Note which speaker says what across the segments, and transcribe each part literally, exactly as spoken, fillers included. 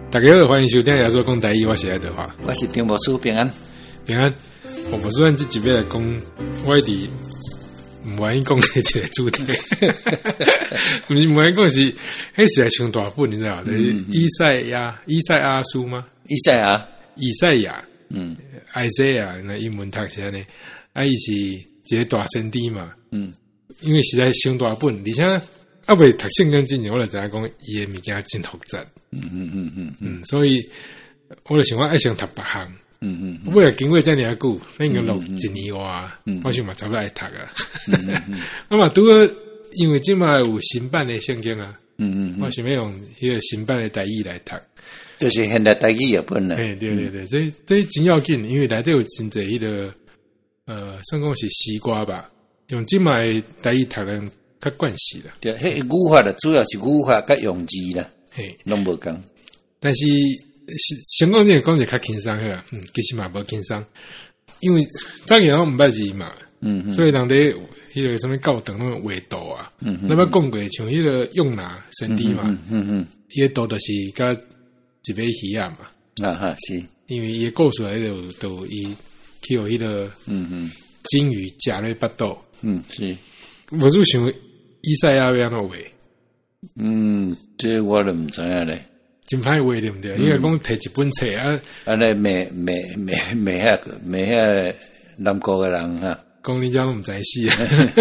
Speaker 1: 大家好，欢迎收听亚洲讲台语，我是爱德华，
Speaker 2: 我是张博士，平安
Speaker 1: 平安。我博士，咱这集要来讲我伫唔愿意讲的一个主题，唔是唔愿意讲是，迄是来上大本，你知道？就是以赛亚、以赛亚书吗？
Speaker 2: 以赛亚、
Speaker 1: 以赛亚，
Speaker 2: 嗯，
Speaker 1: 以赛亚那英文读是安尼，啊，伊是一个大先知嘛，
Speaker 2: 嗯，
Speaker 1: 因为是在上大本，而且啊未读圣经之前，我就知影讲伊的物件真复杂，
Speaker 2: 嗯嗯嗯嗯
Speaker 1: 嗯，所以我就想我爱想读别项。
Speaker 2: 嗯嗯，
Speaker 1: 我也经过这么久，那已经录一年哇，
Speaker 2: 嗯、
Speaker 1: 我想嘛差不多爱读啊。
Speaker 2: 嗯嗯嗯、
Speaker 1: 那么拄好，因为即嘛有新版的圣经啊，
Speaker 2: 嗯嗯，
Speaker 1: 我想要用迄个新版的台语来读，
Speaker 2: 就是现在台语日本啦。
Speaker 1: 哎，对对对，这这真要紧，因为内底有真侪迄个呃，算讲是西瓜吧，用即嘛的台语读人较惯习啦。
Speaker 2: 对，迄语法啦，主要是语法甲用字啦，
Speaker 1: 嘿，
Speaker 2: 拢无共。
Speaker 1: 但是。先讲这个讲就较轻松个，嗯，其实嘛无轻松，因为早期我毋捌字嘛，嗯，嗯所以人哋迄个什么教堂那种画图啊，嗯，那么讲过像迄个用拿神地嘛，嗯嗯，伊个图就是甲一尾鱼啊嘛，
Speaker 2: 啊哈是，
Speaker 1: 因为伊个故事来就都伊去有迄个，嗯嗯，金鱼夹咧巴肚，
Speaker 2: 嗯是，
Speaker 1: 我就想以赛亚要安怎画，
Speaker 2: 嗯，这我都毋知影咧。
Speaker 1: 真歹画对毋对？因为讲摕一本册啊，
Speaker 2: 安尼美美美美遐美遐南国诶人哈，
Speaker 1: 讲你遮拢毋知死啊！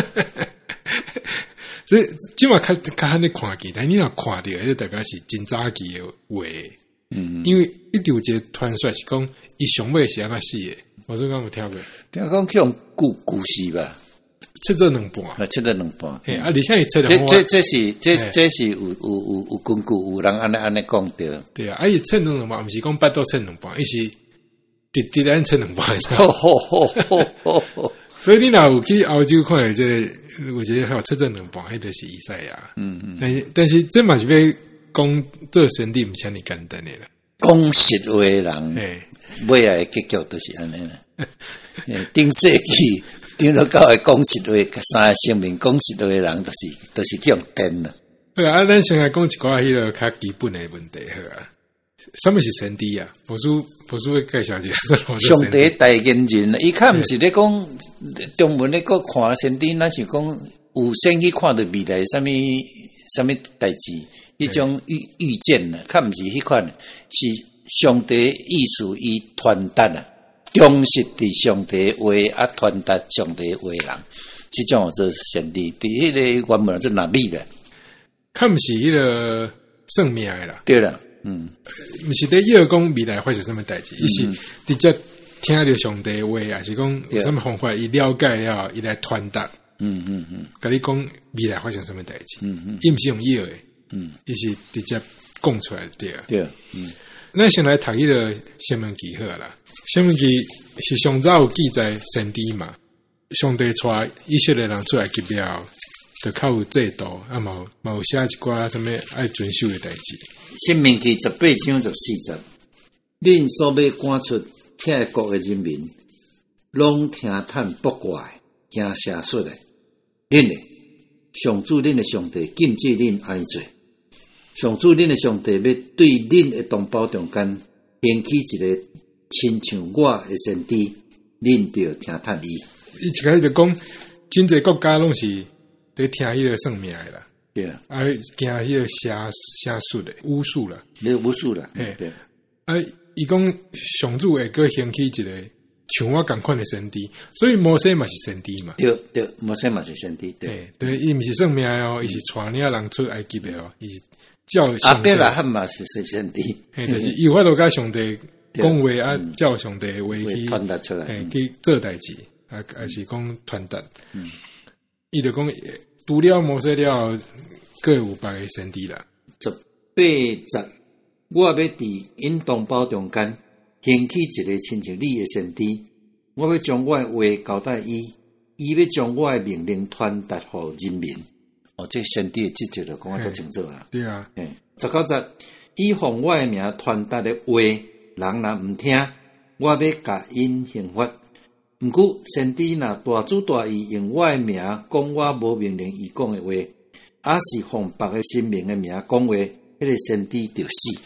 Speaker 1: 这即嘛较较罕你看见，但你若看到，迄代表是真早期诶画。嗯，因为一直有一个传说是讲，伊上尾是安怎死诶。我说讲有听过，
Speaker 2: 听讲去用故故事吧。
Speaker 1: 切做两半，
Speaker 2: 啊，切做两半。
Speaker 1: 嘿，啊，而且伊切
Speaker 2: 这这这是这这是有有有有根据，有人安尼安尼讲着。
Speaker 1: 对啊，啊，伊切两半，毋是讲巴肚切两半，伊是直直安切两半。
Speaker 2: 吼吼吼吼吼！
Speaker 1: 所以你若有去澳洲看这个，我觉得还有切做两半，迄就是以赛亚。嗯嗯。但是但是这嘛是要讲做神帝，毋是安尼简单诶啦。
Speaker 2: 讲实话人，嘿，尾仔诶结局都是安尼啦。顶世纪。顶落到会讲实话，三个生命讲实话的人，都是都是去用电啦。
Speaker 1: 好啊，咱先来讲一寡迄个较基本的问题，好啊。什么是神帝啊？博士博士会介绍一下。
Speaker 2: 上帝代言人，伊较毋是咧讲中文咧，个看神帝，那是讲有先去看到未来什么什么代志，迄种预预见啦，较毋是迄款，是上帝意思伊传达啦。忠实伫上帝话啊，传达上帝话人，即种就是神帝。伫迄个原文做哪里咧？
Speaker 1: 较毋是迄个算命诶啦。
Speaker 2: 对啦，嗯，
Speaker 1: 毋是咧预讲未来发生什么代志，伊、嗯、是直接听到上帝话，还是讲有什么方法伊了解了，伊来传达。嗯嗯嗯，甲你讲未来发生什么代志。嗯嗯，伊毋是用预诶，嗯，伊是直接讲出来对啊。
Speaker 2: 对，嗯，
Speaker 1: 咱先来读迄个新闻记好啦。新闻记是上早有记载神帝嘛，上帝带以色列人出来集了，就较有制度，啊嘛嘛有写一寡什么爱遵守的代志。
Speaker 2: 新民记十八章十四节，恁所要赶出泰国的人民，拢听叹不怪，惊邪术的，恁嘞，上主恁的上帝禁止恁安尼做，上主恁的上帝要对恁的同胞中间掀起一个。亲像我的神帝，恁着听叹伊。
Speaker 1: 伊一开始就讲，真侪国家拢是伫听迄个算命的啦，
Speaker 2: 对啊，
Speaker 1: 啊，惊迄个邪邪术的巫术啦，
Speaker 2: 你巫术啦，
Speaker 1: 嘿，对，啊，伊讲上主会个掀起一个像我共款的神帝，所以摩西嘛是神帝嘛，
Speaker 2: 对对，摩西嘛是神帝，
Speaker 1: 对，对，伊毋是算命哦，伊是带领人出埃及的哦，伊是叫
Speaker 2: 阿伯拉罕嘛是神帝，
Speaker 1: 嘿，就是伊有法度甲上帝。讲话啊，照上帝话去
Speaker 2: 传达出来，
Speaker 1: 诶，去做代志，啊，还是讲传达。嗯，伊就讲除了摩西了，各有别个神帝啦。
Speaker 2: 十八节，我要伫因同胞中间兴起一个亲像你的神帝，我要将我的话交代伊，伊要将我的命令传达互人民。哦，这神帝的职责就讲啊足清楚啊。
Speaker 1: 对啊，
Speaker 2: 诶，十九节，伊奉我的名传达的话。人若毋听，我要甲因刑罚。毋过，先知若大主大意用我的名讲我无命令伊讲的话，还是奉别个神明的名讲话，迄、那个先知就死。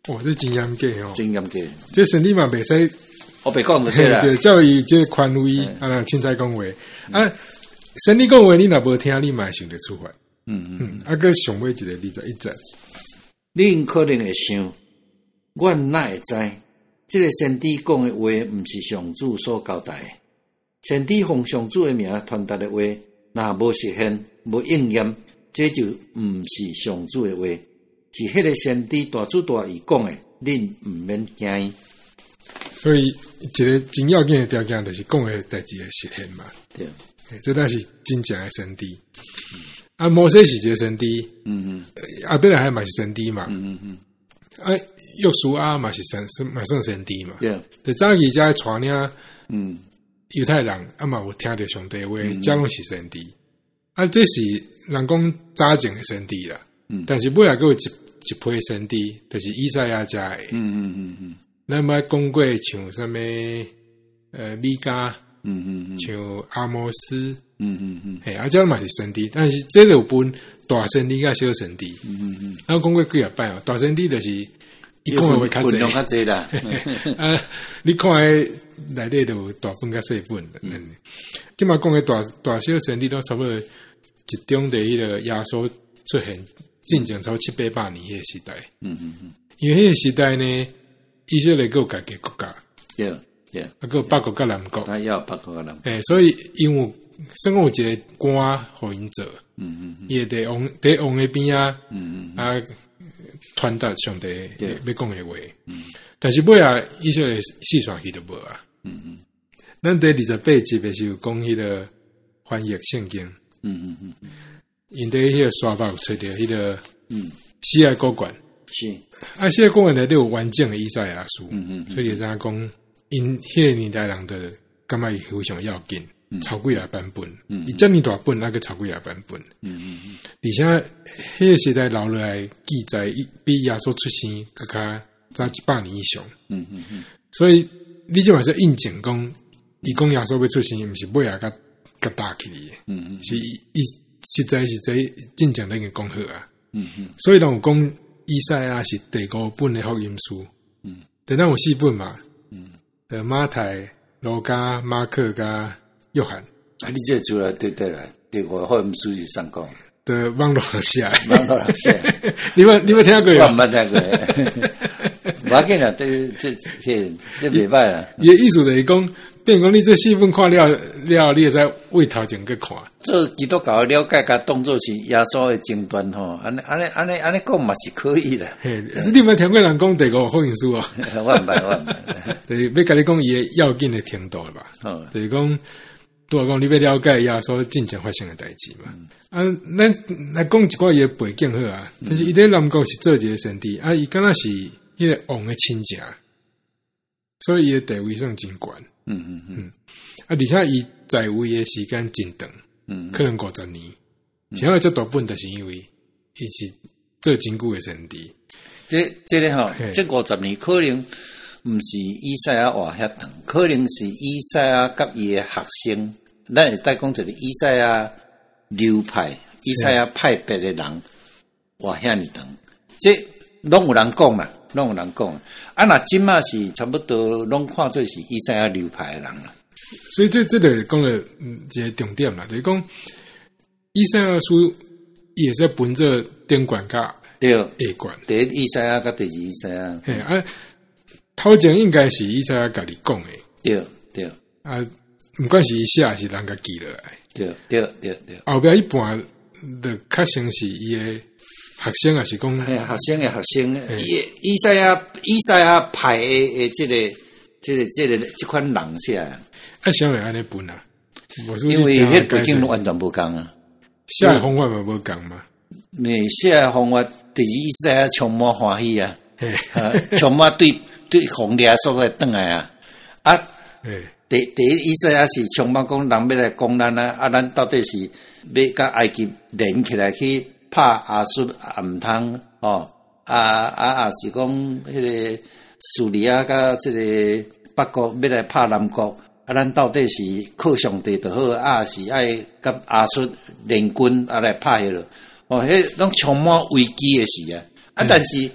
Speaker 1: 哇，这真严格哦，
Speaker 2: 真严格。
Speaker 1: 这身体嘛袂使，
Speaker 2: 我别讲就对啦。
Speaker 1: 对，教育这宽慰啊，凊彩讲话啊，身体讲话你若无听，你嘛想得出发。嗯嗯，啊，个上尾一个二十一节，
Speaker 2: 恁可能会想，我哪会知？这个先知讲的话，毋是上主所交代的。先知奉上主的名传达的话，若无实现、无应验，这就毋是上主的话，是迄个先知大主大义讲的，恁毋免惊。
Speaker 1: 所以一个真要紧的条件，就是讲的代志会实现嘛。
Speaker 2: 对，
Speaker 1: 这才是真正的先知。嗯、啊，摩西是一个先知，嗯嗯，阿伯拉罕嘛是先知嘛，嗯嗯嗯，啊，约书亚嘛是神，是嘛算先知嘛。对，就早期遮传领，嗯。犹太人啊嘛有听着上帝话，遮拢是先知。啊，这是人讲早前的先知啦。嗯，但是尾来佫有一一批先知，就是以赛亚遮的。嗯嗯嗯嗯。咱捌讲过像啥物呃米迦，嗯嗯嗯，像阿摩斯，嗯嗯嗯，嘿，啊，遮嘛是先知，但是这有分大先知甲小先知。嗯嗯嗯。啊，讲过几啊摆哦，大先知就是伊讲的话较济，
Speaker 2: 较济啦。
Speaker 1: 啊，你看诶。内底都有大本甲细本，嗯，即马讲诶大大小先知都差不多集中伫迄个耶稣出现进前超七八百年迄个时代，嗯嗯嗯，因为迄个时代呢，以色列有家己国家，
Speaker 2: 对对，
Speaker 1: 啊，有北国甲南国，
Speaker 2: 啊，也有北国甲南国，
Speaker 1: 诶，所以因为算有一个官互因做，嗯嗯嗯，伊会伫王伫王诶边啊，嗯嗯啊，传达上帝要讲诶话，嗯。但是尾啊，以色列四川去都无啊。嗯嗯，咱第二十八集的时候讲迄个翻译圣经。嗯嗯嗯，因伫迄个沙巴有找到迄个嗯西爱古卷。是啊，西爱古卷内底有完整的以赛亚书。嗯嗯，所以就怎讲，因迄个年代人的感觉伊非常要紧，超几啊版本。嗯，伊遮尼大本，那个超几啊版本。嗯嗯嗯，而且迄个时代留落来记载，比耶稣出生更加。早一百年以上，嗯嗯嗯，所以你即嘛是印证讲，伊讲耶稣要出生，毋是尾啊甲甲打起哩，嗯嗯，是伊实在是在真正的一个讲好啊，嗯嗯，所以人有讲以赛亚是第五本的福音书，嗯，但咱有四本嘛，嗯，呃马太、路加、马可甲约翰，
Speaker 2: 啊，你这做来对对来，第五福音书是上讲，
Speaker 1: 对，网络上写，
Speaker 2: 网络上写，
Speaker 1: 你们你们听过？
Speaker 2: 我毋捌听过。无要紧啦，这这这这袂歹啦。
Speaker 1: 伊诶意思就是讲，变讲你这四本看了了，你会使为头前去看。
Speaker 2: 做基督教了解，甲当作是耶稣诶经传吼，安尼安尼安尼安尼讲嘛是可以啦。
Speaker 1: 嘿，你有听过人讲第五福音书哦？
Speaker 2: 我毋捌，我毋捌。
Speaker 1: 就是要甲你讲伊诶要紧诶程度吧。哦，就是讲，拄啊讲你要了解耶稣真正发生诶代志嘛。嗯、啊，咱来讲一寡伊诶背景好啊。但是伊在南国是做一个先知，啊，伊敢若是。迄个王的亲戚，所以伊的地位算真悬。嗯嗯嗯，啊，而且伊在位的时间真长，嗯，可能五十年。想要这大本，就是因为伊是做真久的先知。
Speaker 2: 这这个吼，这五十年可能毋是以赛亚活遐长，可能是以赛亚甲伊的学生，咱会再讲一个以赛亚流派、以赛亚派别的人活遐尼长，这拢有人讲啦。拢有人讲，啊，那即马是差不多拢看做是以赛亚流派的人啦。
Speaker 1: 所以这这个讲了一个重点啦，就是讲以赛亚书也是分做顶卷甲
Speaker 2: 对下
Speaker 1: 卷，
Speaker 2: 第一以赛亚甲第二以赛亚。
Speaker 1: 嘿啊，头前应该是以赛亚家己讲的，
Speaker 2: 对对
Speaker 1: 啊，毋管是伊写还是人家记落来，
Speaker 2: 对对对对。
Speaker 1: 后壁一半的较像是伊的。学生也是讲，
Speaker 2: 学生的学生，以以赛亚以赛亚派的诶，这个这个这个这款人写啊，
Speaker 1: 啊，想来安尼分啊，
Speaker 2: 因为迄背景完全无共啊，
Speaker 1: 写的方法嘛无共嘛，
Speaker 2: 你写的方法，第二以赛亚充满欢喜啊，充满对对红掠所在转来啊，啊，第第一以赛亚是充满讲人要来攻咱啊，啊，咱到底是要甲埃及连起来去。拍亚述也毋通哦，啊啊也是讲迄个叙利亚甲即个北国要来拍南国，啊，咱到底是靠上帝就好，啊是爱甲亚述联军啊来拍迄落，哦，迄拢充满危机诶事啊！啊，但是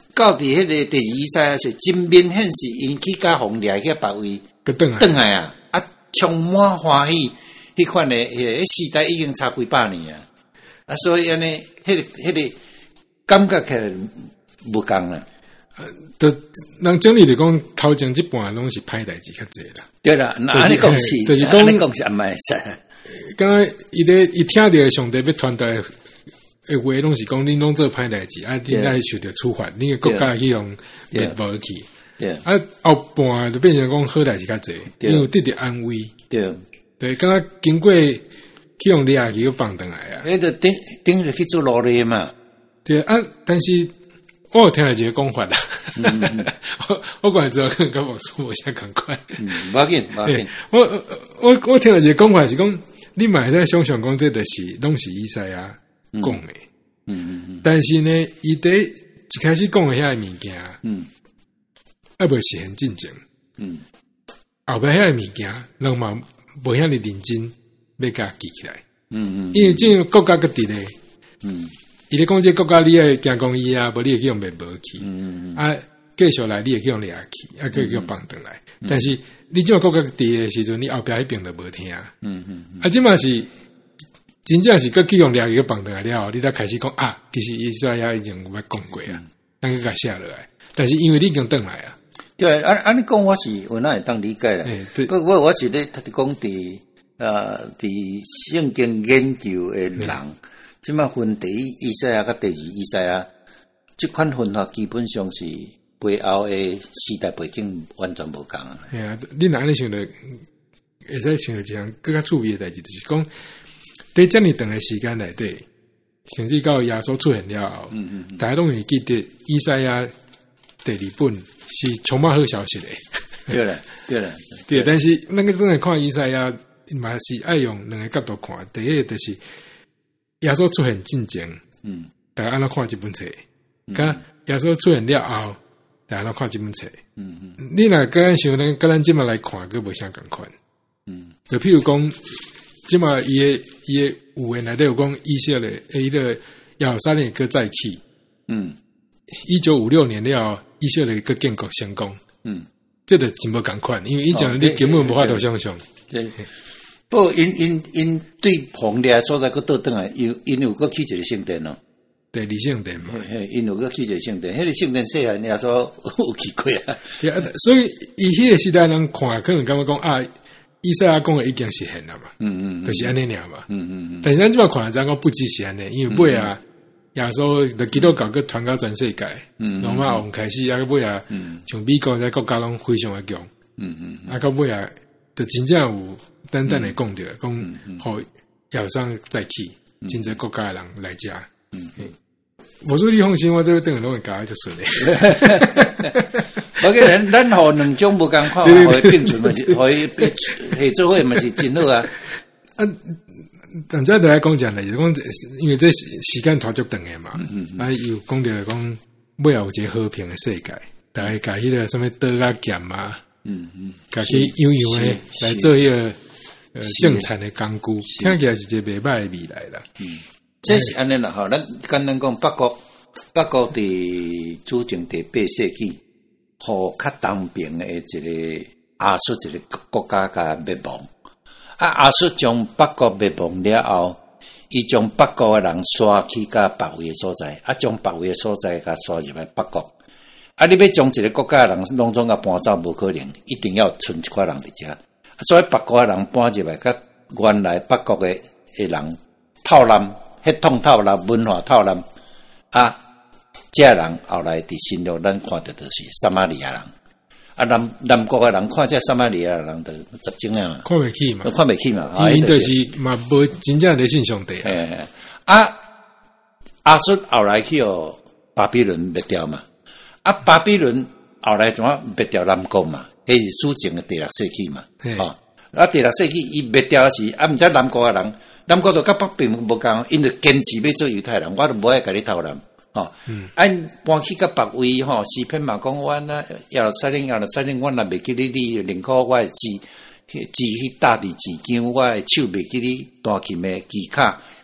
Speaker 2: 到伫迄个第二以赛亚是真明显是因去甲红掠去别位，
Speaker 1: 个转来
Speaker 2: 转来啊，啊充满欢喜，迄款诶，迄时代已经差几百年啊，啊，所以安尼，迄个迄个感觉起来无共啦。
Speaker 1: 呃，都人整理就讲头前一半拢是歹代志较济啦。
Speaker 2: 对啦，那安尼讲是，
Speaker 1: 就是讲
Speaker 2: 安尼讲是安袂使。
Speaker 1: 刚刚伊咧伊听着上帝要传达诶话，拢是讲恁拢做歹代志，啊，恁爱受着处罚，恁个国家去用灭无去。
Speaker 2: 对，
Speaker 1: 啊，后半就变成讲好代志较济，因为得着安慰。
Speaker 2: 对，
Speaker 1: 对，刚刚经过去用掠去放倒来啊。
Speaker 2: 迄个顶顶着去做奴隶嘛。
Speaker 1: 对啊，但是我有听了一个讲法啦，嗯嗯我我管之后跟跟我说我想赶快，
Speaker 2: 嗯，无要紧，无要紧。
Speaker 1: 我我我听了一个讲法是讲，你嘛会使想象讲，这就是拢是以赛亚讲的，
Speaker 2: 嗯嗯嗯。
Speaker 1: 但是呢，伊伫一开始讲的遐物件，嗯，啊无是很正经，嗯，后壁遐物件，人嘛无遐尼认真要甲记起来，嗯嗯，因为这个国家各地咧，嗯。伊咧讲这国家你爱行公义啊，无你会去用灭无去，嗯嗯啊，继续来你会去用掠去，啊，可以去用放倒来。嗯、但是你这个国家地的时阵，你后壁迄边就无听，嗯嗯啊，即嘛是真正是佮去用掠去放倒来了，你才开始讲啊，其实以赛亚已经有捌讲过啊，咱去甲写落来。但是因为你已经倒来啊，
Speaker 2: 对，按按你讲我是我哪会当理解啦？不过我我是咧他讲伫呃伫圣经研究的人。即马分第一以赛亚甲第二以赛亚，即款分法基本上是背后诶时代背景完全无共啊。
Speaker 1: 系啊，你若安尼想着，会使想着一项更较趣味诶代志，就是讲，伫遮尔长诶时间内底，甚至到耶稣出现了后，嗯嗯嗯大家拢会记得以赛亚第二本是充满好消息诶。
Speaker 2: 对啦，对啦，
Speaker 1: 对，但是咱个真来看以赛亚，嘛是爱用两个角度看，第一个就是。耶稣出现之前，嗯，大家安怎看这本册？甲、嗯、耶稣出现了后，大家安怎看这本册？嗯嗯，你若个想咱甲咱即马来看，佫无啥共款。嗯，就譬如讲，即马伊诶伊诶有诶内底有讲以色列诶，迄个耶路撒冷个再起。嗯，一九五六年了后，以色列个建国成功。嗯，这个真无共款，因为伊讲你根本无法度想象。
Speaker 2: 对。不，因因因对红掠所在个倒转来，因因有个起一个圣殿咯，
Speaker 1: 第二圣殿嘛，
Speaker 2: 因有个起一个圣殿，迄个圣殿细汉也说有去过啊。
Speaker 1: 所以以迄个时代人看，可能感觉讲啊，以赛亚讲的已经实现了嘛，嗯嗯，就是安尼尔嘛，嗯嗯嗯。但是咱即摆看来，咱讲不只是安尼，因为尾啊，耶稣就基督教个传到全世界，嗯，罗马王开始啊，尾啊，像美国在国家拢非常的强，嗯嗯，啊，到尾啊，就真正有。单单来讲着，讲好要上再去，真侪国家的人来食。嗯嗯，我说你放心，我这个等下拢会教就顺咧。
Speaker 2: 我个人，咱互两种无共款，互伊并存嘛是，互伊合作伙嘛是真好啊。
Speaker 1: 啊，但再来讲讲咧，就讲因为这时间拖足长诶嘛，嗯嗯，啊又讲着讲尾后有一个和平诶世界，大家甲迄个什么刀啊剑啊，嗯嗯，甲去悠悠诶来做迄个。呃，正产的工具，听起来是一个袂歹的未来啦。嗯，
Speaker 2: 这是安尼啦，吼，咱简单讲，北国北国伫主政第八世纪，互较东边的一个亚述一个国家甲灭亡。啊，亚述将北国灭亡了后，伊将北国的人刷去甲别位的所在，啊，将别位的所在甲刷入来北国。啊，你要将一个国家的人拢总甲搬走，无可能，一定要存一块人伫遮。所以北国的人搬入来，甲原来北国的的人套揽，血统套揽，文化套揽，啊，这人后来伫新约咱看到就是撒玛利亚人，啊南南国的人看这撒玛利亚人就十种啊，
Speaker 1: 看袂起嘛，
Speaker 2: 看袂起嘛，
Speaker 1: 因就是嘛无真正的信上帝
Speaker 2: 啊，啊，亚述后来去哦巴比伦灭掉嘛，啊巴比伦后来怎么灭掉南国嘛？迄是主前的第六世纪嘛，吼、哦！啊，第六世纪伊灭掉是啊，毋知南国诶人，南国就甲北边无共，因着坚持要做犹太人，我都无爱甲你偷人，吼、哦。嗯，按搬去甲别位吼，视频嘛讲我那耶路撒冷耶路撒冷，我若袂记你你人口我会记记去大伫钱姜，我会手袂记你大琴诶技卡，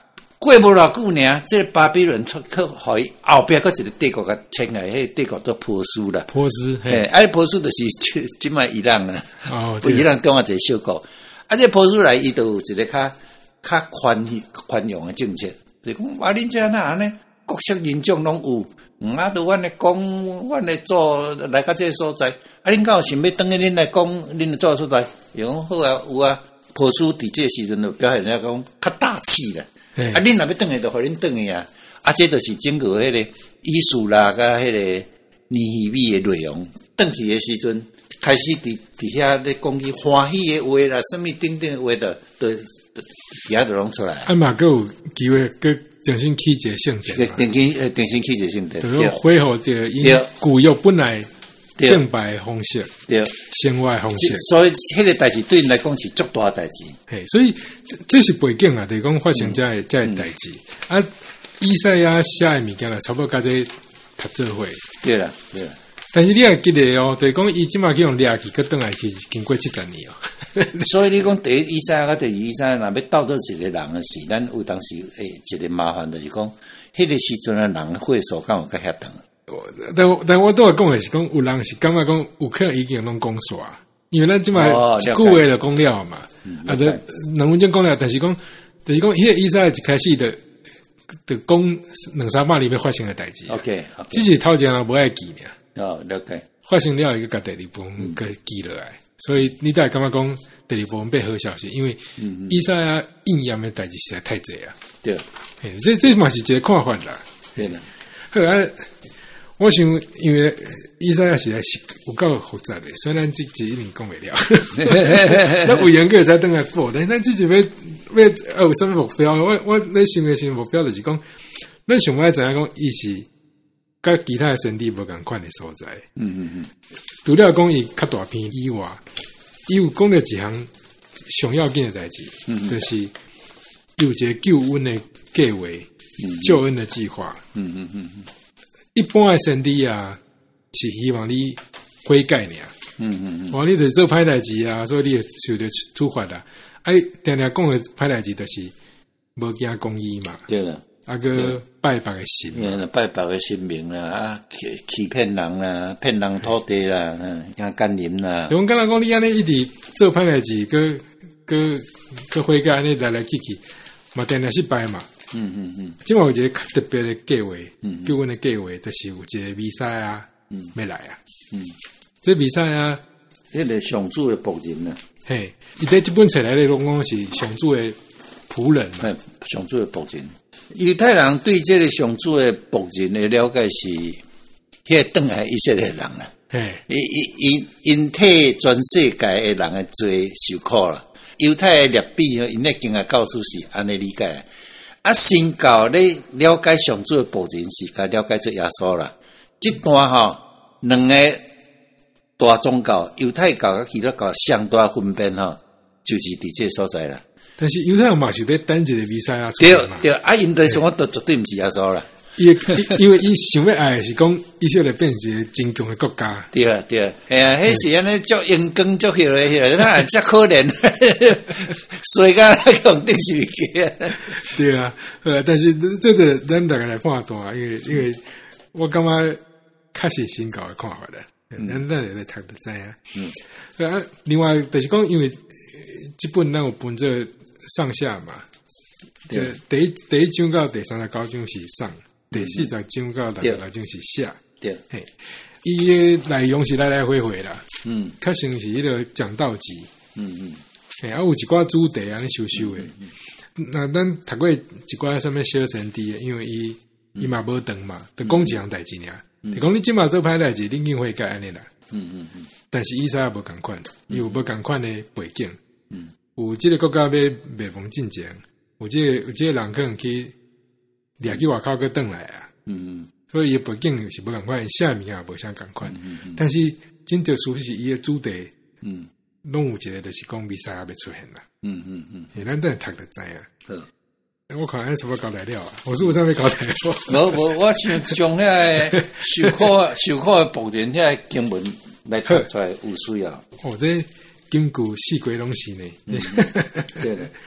Speaker 2: 过无偌久呢，这个巴比伦出去互伊后壁佫一个帝国甲称来，迄个帝国做波斯啦。
Speaker 1: 波斯，
Speaker 2: 嘿，啊，波斯就是即即卖伊朗啊，
Speaker 1: 哦，
Speaker 2: 伊朗中啊一个小国。啊，这波斯来伊就有一个较较宽宽容的政策，就是讲啊，恁遮哪安尼，各色人种拢有。嗯，啊，都阮来讲，阮来做来到这个所在，啊，恁敢有想要等于恁来讲，恁来做所在？伊讲好啊，有啊。波斯伫这个时阵就表现来讲较大气啦。啊，恁若要等下就互恁等下啊。啊，这就是整个迄个艺术啦，甲迄个尼希米的内容。等去的时阵，开始伫伫遐咧讲起欢喜的话啦，什么等等的话的，都都遐就拢出来。
Speaker 1: 啊嘛，佮有机会佮重新起一个圣殿嘛。
Speaker 2: 重新呃，重新起一个圣殿，
Speaker 1: 就恢复着因古有本来正白的方式，对，生活的方式。
Speaker 2: 所以，迄个代志对因来讲是足大代志。
Speaker 1: 嘿，所以这是背景啊，就是讲发生这这代志。啊，以赛亚写的物件啦，差不多甲这读做伙。
Speaker 2: 对啦，对啦。
Speaker 1: 但是你也记得哦，就是讲伊即马去用掠去，佮倒来去，经过七十年哦。
Speaker 2: 所以你讲第一以赛亚甲第二以赛亚，若要斗做一个人的时，咱有当时诶一个麻烦，就是讲，迄个时阵的人会所敢有较遐长。
Speaker 1: 但我但我都会讲的是讲，有人是感觉讲有可能已经拢讲煞，因为咱即摆一句话就讲了嘛，嗯、啊，这两分钟讲了，但是讲，就是讲，迄个以赛亚一开始的的讲两三百里面发生的代志
Speaker 2: ，OK，
Speaker 1: 只是头前人无爱记呢。
Speaker 2: 哦，了解。
Speaker 1: 发生了一个甲第二部分个记落来，嗯、所以你才感觉讲第二部分被好消息，因为以赛亚应验的代志实在太济啊。
Speaker 2: 对，
Speaker 1: 这这嘛是一个看法啦。
Speaker 2: 对啦，
Speaker 1: 好啊。我想，因为以赛亚是是有够复杂的，所以咱这集一定讲袂了。咱委员个才等来报，但咱自己要要有什么目标？我我咧想的想目标就是讲，咱想要知影讲，伊是甲其他的神地无共款的所在。
Speaker 2: 嗯嗯嗯。
Speaker 1: 除了讲伊较大片以外，伊有讲了一项上要紧的代志，嗯、就是有一个救恩的计划，嗯、救恩的计划。
Speaker 2: 嗯嗯嗯嗯。
Speaker 1: 一般的神弟啊，是希望你悔改尔。
Speaker 2: 嗯嗯嗯。
Speaker 1: 哇，你得做歹代志啊，所以你受着处罚啦。哎，定定讲的歹代志，就是无惊公义嘛。
Speaker 2: 对啦。
Speaker 1: 啊个拜别的神。
Speaker 2: 嗯，拜别的神明啦，啊欺欺骗人啦，骗人土地啦，嗯，惊奸淫啦。
Speaker 1: 用敢若讲你安尼一直做歹代志，个个个悔改安尼来来去去，嘛定定失败嘛。
Speaker 2: 嗯嗯嗯，
Speaker 1: 即嘛有一个特别的计划，嗯，救恩的计划，就是有一个弥赛亚，嗯，要来啊，嗯，这弥赛亚，
Speaker 2: 迄个上主的仆人啊，
Speaker 1: 嘿，伊在这本册内咧，拢讲是上主的仆人，
Speaker 2: 嘿，上主的仆人。犹太人对这个上主的仆人的了解是，迄个等来以色列人啊，
Speaker 1: 嘿，
Speaker 2: 因因因替全世界的人的罪受苦啦。犹太的列比因咧经过告诉是安尼理解。啊，新教咧了解上主的仆人是甲了解做耶稣啦。这段吼，两个大宗教，犹太教甲基督教上大分辨吼，就是伫这所在啦。
Speaker 1: 但是犹太人嘛是在等一个弥赛亚出
Speaker 2: 来嘛。对对，啊，因对说我都绝对毋是耶稣啦。
Speaker 1: 因因为伊想要爱是讲，以色列变成一个真强的国家。
Speaker 2: 对啊对啊，哎呀，迄是安尼足阳光足迄个迄个，那真可怜，水甲用电视机。
Speaker 1: 对啊，呃，但是这个咱大家来判断，因为因为我感觉确实新教的看法的，咱咱来读得知啊。嗯，啊，另外就是讲，因为这本咱有分做上下嘛，对，第一第一章到第三十九章是上。第四十章到六十六章是下，
Speaker 2: 对，
Speaker 1: 嘿，伊诶内容是来来回回啦，
Speaker 2: 嗯，
Speaker 1: 较像是迄个讲道集，
Speaker 2: 嗯嗯，
Speaker 1: 嘿，啊有一寡主题安尼修修诶，那咱读过一寡什么小神滴，因为伊伊嘛无长嘛，就讲一项代志尔，你讲你即马做歹代志，你应会改安尼啦，
Speaker 2: 嗯嗯嗯，
Speaker 1: 但是以赛亚无共款，伊有无共款诶背景，嗯，有即个国家要灭亡进前，有即个有即个人可能去。掠去外口个转来啊，
Speaker 2: 嗯，
Speaker 1: 所以伊背景是无共款，下面也无相共款，嗯嗯、但是真正属是伊个主题，嗯，拢有一个就是讲弥赛亚要出现啦，
Speaker 2: 嗯嗯嗯，
Speaker 1: 诶，咱等下读得知啊，
Speaker 2: 嗯，
Speaker 1: 我看安什么交代了啊，我是有啥物交代了？
Speaker 2: 无无，我想将遐个受苦受苦诶仆人遐个经文来读出来有需要。
Speaker 1: 哦，这金句四鬼拢是呢，
Speaker 2: 嗯、对的。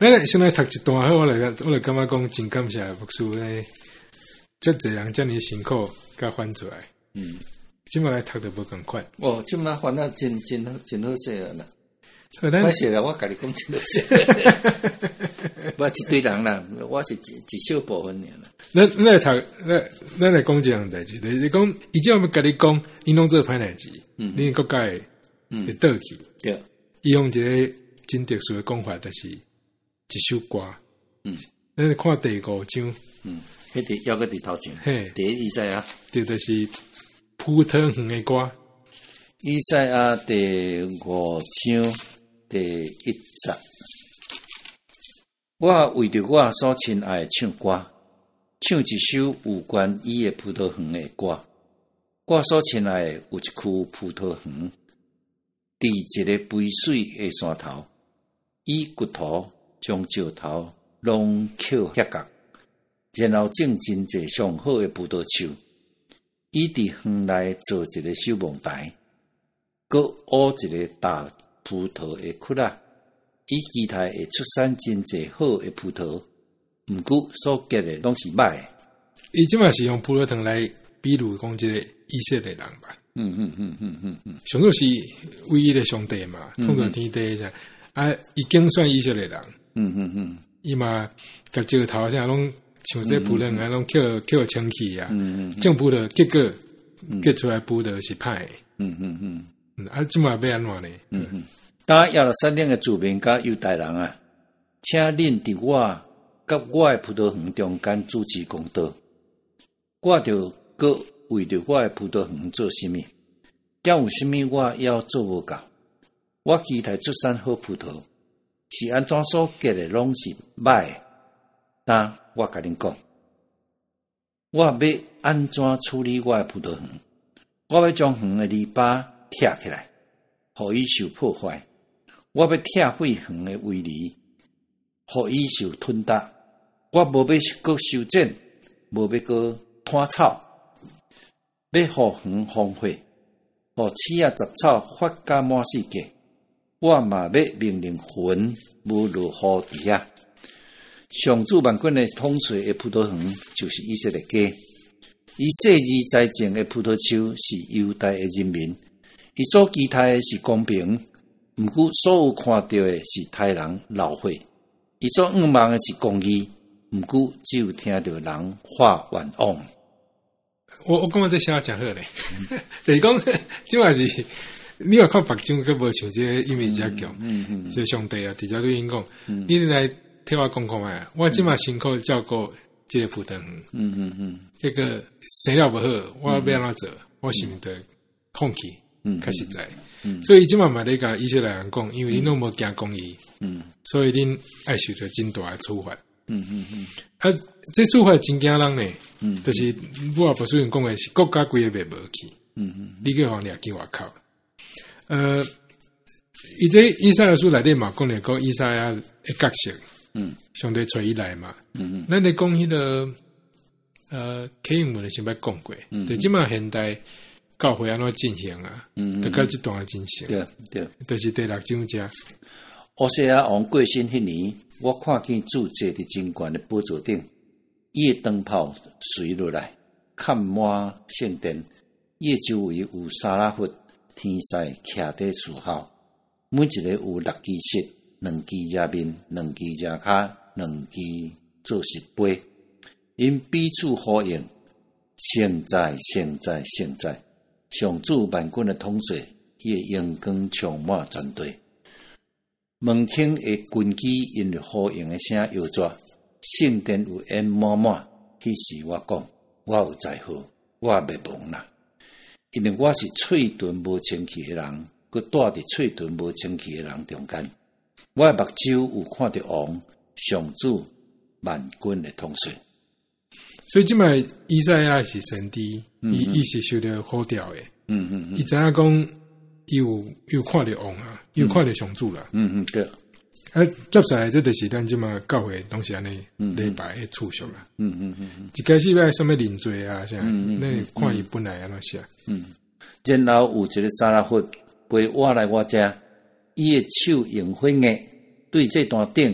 Speaker 1: 咱先来读一段好，我来我来感觉讲真感谢牧师咧，遮济人遮尔辛苦甲翻出来。嗯，即马来读得无共款。
Speaker 2: 哦，即马翻啊真真真好势啊啦。
Speaker 1: 好，咱
Speaker 2: 歹势啦，我甲你讲真好势。我一堆人啦，我是一一小部分尔啦。
Speaker 1: 咱咱来读，咱咱来讲一样代志，就是讲，伊只要要甲你讲，你弄做歹代志，嗯，你国家会会倒去。
Speaker 2: 对，
Speaker 1: 伊用一个真特殊的讲法，就是一首歌。嗯，咱看第五章。
Speaker 2: 嗯，迄伫要个伫头前。嘿，第一以赛亚，
Speaker 1: 对，就是普特园的歌。
Speaker 2: 以赛亚第五章第一节。我为着我所亲爱唱歌，唱一首有关伊的葡萄园的歌。我所亲爱的有一区葡萄园，伫一个肥水的山头，以骨头将石头拢扣合角，然后种真济上好的葡萄树。伊伫园内做一个守望台，佮挖一个大葡萄的窟仔。伊期待会出产真济好的葡萄，毋过所结的拢是歹的。
Speaker 1: 伊即嘛是用葡萄藤来比喻讲即个以色列人吧？
Speaker 2: 嗯嗯嗯嗯嗯嗯，
Speaker 1: 上主是唯一的上帝嘛，创造天地啥啊？伊竞选以色列人。嗯嗯嗯，伊嘛甲石头啥拢像这葡萄啊，拢扣扣清气啊。嗯嗯，种葡萄结果结出来葡萄是歹的。嗯嗯嗯，啊，即嘛要安怎呢？嗯嗯。
Speaker 2: 当亚历山大的子民甲犹太人啊，请恁伫我甲我的葡萄园中间主持公道。我着搁为着我的葡萄园做甚物？敢有甚物我要做无够？我期待出产好葡萄，是安怎所结的拢是歹的。但我甲恁讲，我要安怎处理我的葡萄园？我要将园的篱笆拆起来，互伊受破坏。我要拆毁园的围篱，互伊受吞踏。我无要搁修剪，无要搁摊草，要互园荒废，互刺啊杂草发甲满世界。我嘛要命令云无落雨伫遐。上主万军的统帅的葡萄园就是以色列家，伊细腻栽种的葡萄树是犹太的人民，伊所期待的是公平。毋过，所有看到的是害人闹火；伊所仰望的是公义。毋过，只有听到人话冤枉。
Speaker 1: 我我感觉这写诚好咧，就是讲，即嘛是你若看别种，佮无像这个意味遮强。嗯嗯，即上帝啊，直接对因讲，你来替我讲看下，我即嘛辛苦照顾这个葡萄园。嗯嗯嗯，迄个生了无好，我要安怎做？我是毋得放弃？嗯，较实在。嗯、所以即嘛嘛咧甲以色列人讲，因为恁拢无行公义，嗯，所以恁爱受着真大诶处罚。嗯嗯嗯，啊，这处罚真惊人呢。嗯，就是我也不虽然讲诶是国家规个袂无去。嗯嗯，你去互掠去外口。呃，伊这以赛亚书内底嘛讲咧讲以赛亚诶角色。嗯，上帝找伊来嘛。嗯嗯，咱咧讲迄个呃启应文诶先捌讲过，嗯，就即嘛现代。教会安怎进行啊？嗯，得到这段进行。对对，就是第六章遮。
Speaker 2: 乌西亚王过身迄年，我看见主坐伫真悬的宝座顶，伊的灯泡垂落来，盖满圣殿。伊的周围有三十佛天使徛伫树后，每一个有六支舌、两支遮面、两支遮骹、两支做石杯，因彼此呼应：现在，现在，现在。上主万军的统帅，伊的阳光充满全地。门厅的军机因着呼应的声摇拽，圣殿有烟满满。迄时我讲，我有在乎，我袂忘啦。因为我是喙唇无清气的人，佮住伫喙唇无清气的人中间。我的目睭有看到王，上主万军的统帅。
Speaker 1: 所以即摆以赛亚是先知，伊伊是受着呼召诶。嗯嗯嗯，伊知影讲，伊有有看着王啊，有看着上主啦。嗯嗯，对。啊，接下来这就是咱即摆教会拢是安尼礼拜诶处俗啦。嗯嗯嗯，一开始要什么认罪啊啥，那看伊本来安怎写。嗯，
Speaker 2: 然后有一个三十佛陪我来我遮，伊诶手用火焰对这段顶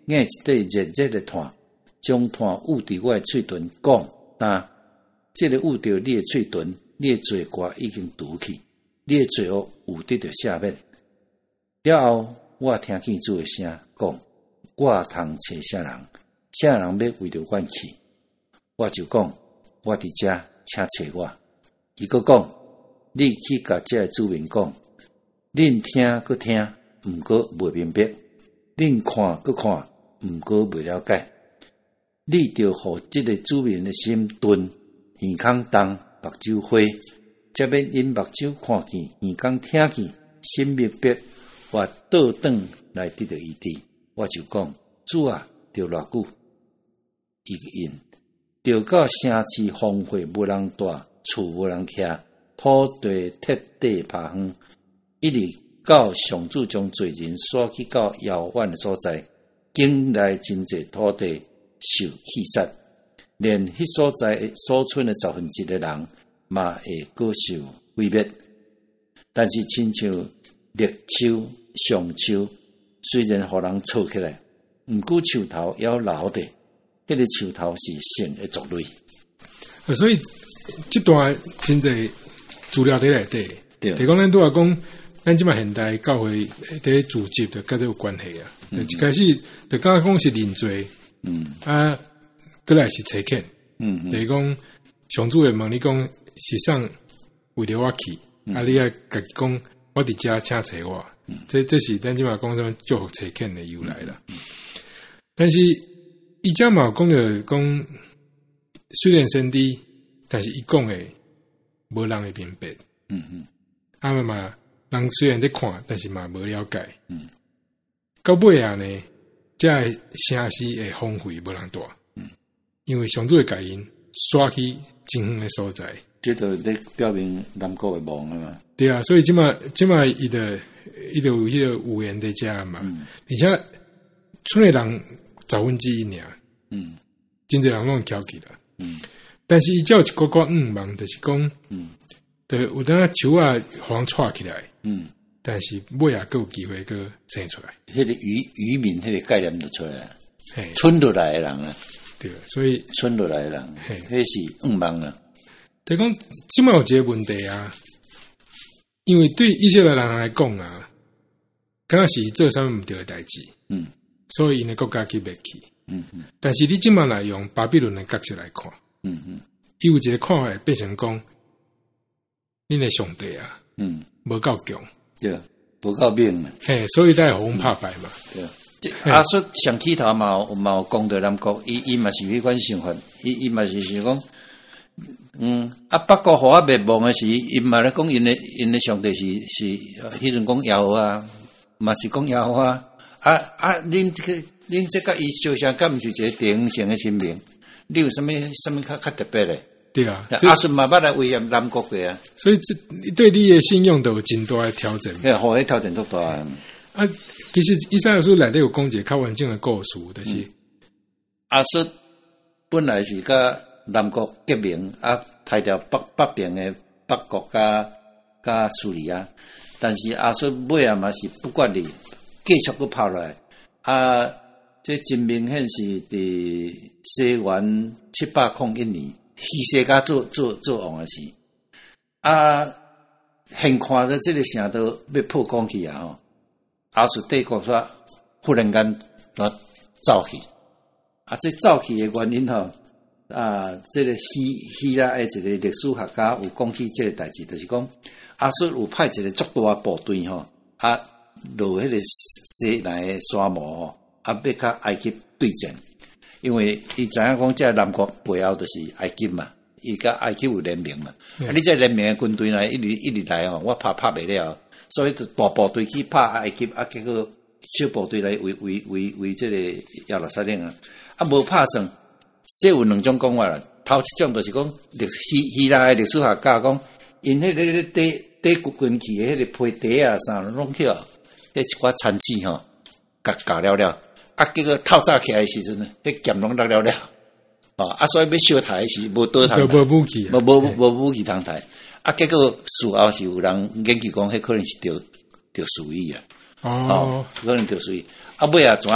Speaker 2: 硬一块热热的炭，将炭捂伫我的喙唇讲，但这个捂着你的喙唇，你的罪过已经除去，你的罪恶有得到赦免。了后，我听见主的声讲，我通找啥人？啥人要为着阮去？我就讲，我伫遮，请找我。伊佫讲，你去甲这主民讲，恁听佫听，毋过袂明白；恁看佫看，毋过袂了解。你着互即个主民的心钝，耳孔重，目睭花，才免因目睭看见，耳孔听见，心明白，或倒转来得到医治。我就讲，主啊，着偌久？伊应，着到城市荒废无人住，厝无人徛，土地彻底趴荒，一直到上主将罪人刷去到遥远的所在，境内真济土地受弃杀，连迄所在所存的十分之一的人，嘛会过受毁灭。但是亲像绿树、橡树，虽然互人吵起来，毋过树头也要留的，迄、那个树头是神的族类。
Speaker 1: 所以这段真济资料伫内底，
Speaker 2: 对，
Speaker 1: 就讲咱拄啊讲，咱即卖现代教会伫组织就甲这有关系啊。嗯、一开始就刚讲是认罪，嗯啊，过来是查考，嗯，就是讲上主会问你讲是上为着我去，嗯、啊，你要家己讲我伫遮请找我，嗯、这这是咱即卖讲什么祝福查考的由来啦。嗯、但是伊遮嘛讲着讲，虽然神低，但是伊讲的无人会明白，嗯嗯，啊嘛嘛，人虽然在看，但是嘛无了解，嗯，到尾啊呢，这城市会荒废无人住，嗯，因为上主会甲因刷去真远的所在，
Speaker 2: 这就咧表明南国的梦啊嘛，
Speaker 1: 对啊，所以即嘛即嘛伊的伊就有迄个语言在遮嘛，嗯、而且村里人十分之一尔，嗯，真侪人拢翘起啦，嗯。但是伊只有一个个愿望，就是讲，嗯，对，有当啊树啊，互人串起来，嗯，但是尾啊，佫有机会佫生出来。
Speaker 2: 迄个渔渔民迄个概念就出来了，嘿，村落来的人啊，
Speaker 1: 对，所以
Speaker 2: 村落来的人，嘿，迄是愿望啊。
Speaker 1: 就讲，即摆有一个问题啊，因为对以色列人来讲啊，敢若是做啥物毋对的代志，嗯，所以因的国家去袂起，嗯嗯，但是你即摆来用巴比伦的角色来看。嗯嗯，伊有一个看法变成讲，恁的上帝啊，嗯，无够强，
Speaker 2: 对，无够猛嘛，
Speaker 1: 嘿，所以才互阮拍败嘛，
Speaker 2: 对。阿叔上起头嘛有嘛有讲到南国，伊伊嘛是迄款想法，伊伊嘛是想讲，嗯，啊北国互我灭亡的时，伊嘛咧讲因的因的上帝是是迄阵讲耶和华，嘛是讲耶和华，啊啊，恁这个恁这个伊相像敢毋是一个典型的神明？你有什么什么较较特别嘞？
Speaker 1: 对啊，
Speaker 2: 阿顺嘛捌来威胁南国的啊，
Speaker 1: 所以这对你的信用都有真大的挑战。
Speaker 2: 对，互迄挑战足大啊！
Speaker 1: 啊，其实以赛亚书内底有讲一个较完整的故事，就是、嗯、
Speaker 2: 阿顺本来是甲南国革命啊，杀掉北北边的北国甲甲苏里亚，但是阿顺尾啊嘛是不管你继续去跑来啊。这真明显是伫西元七百零一年，希西家做做做王的时，啊，现看到这个城都要破光去啊！吼，亚述帝国说忽然间啊走去，啊，这走去的原因吼，啊，这个希希腊的一个历史学家有讲起这个代志，就是讲亚述有派一个足大的部队吼，啊，落迄个西南的沙漠吼。啊，要甲埃及对战，因为伊知影讲，这南国背后就是埃及嘛，伊甲埃及有联名嘛。嗯、啊，你这联名的军队来一直一直来吼，我拍拍袂了，所以就大部队去拍埃及，啊，结果小部队来围围围围这个亚罗撒冷啊，啊，无拍算。这有两种讲法啦，头一种就是讲历希希腊的历史学家讲，因迄个底底军旗的迄个皮底啊啥拢去啊，迄一寡残枝吼，甲搞了了。啊，结果透早起来的时阵呢，迄剑拢落了了，哦，啊，所以要烧台是无倒通，
Speaker 1: 无武器，
Speaker 2: 无无无武器通台。啊，结果事后是有人研究讲，迄可能是着着鼠疫啊，哦，可能着鼠疫。啊，尾啊，怎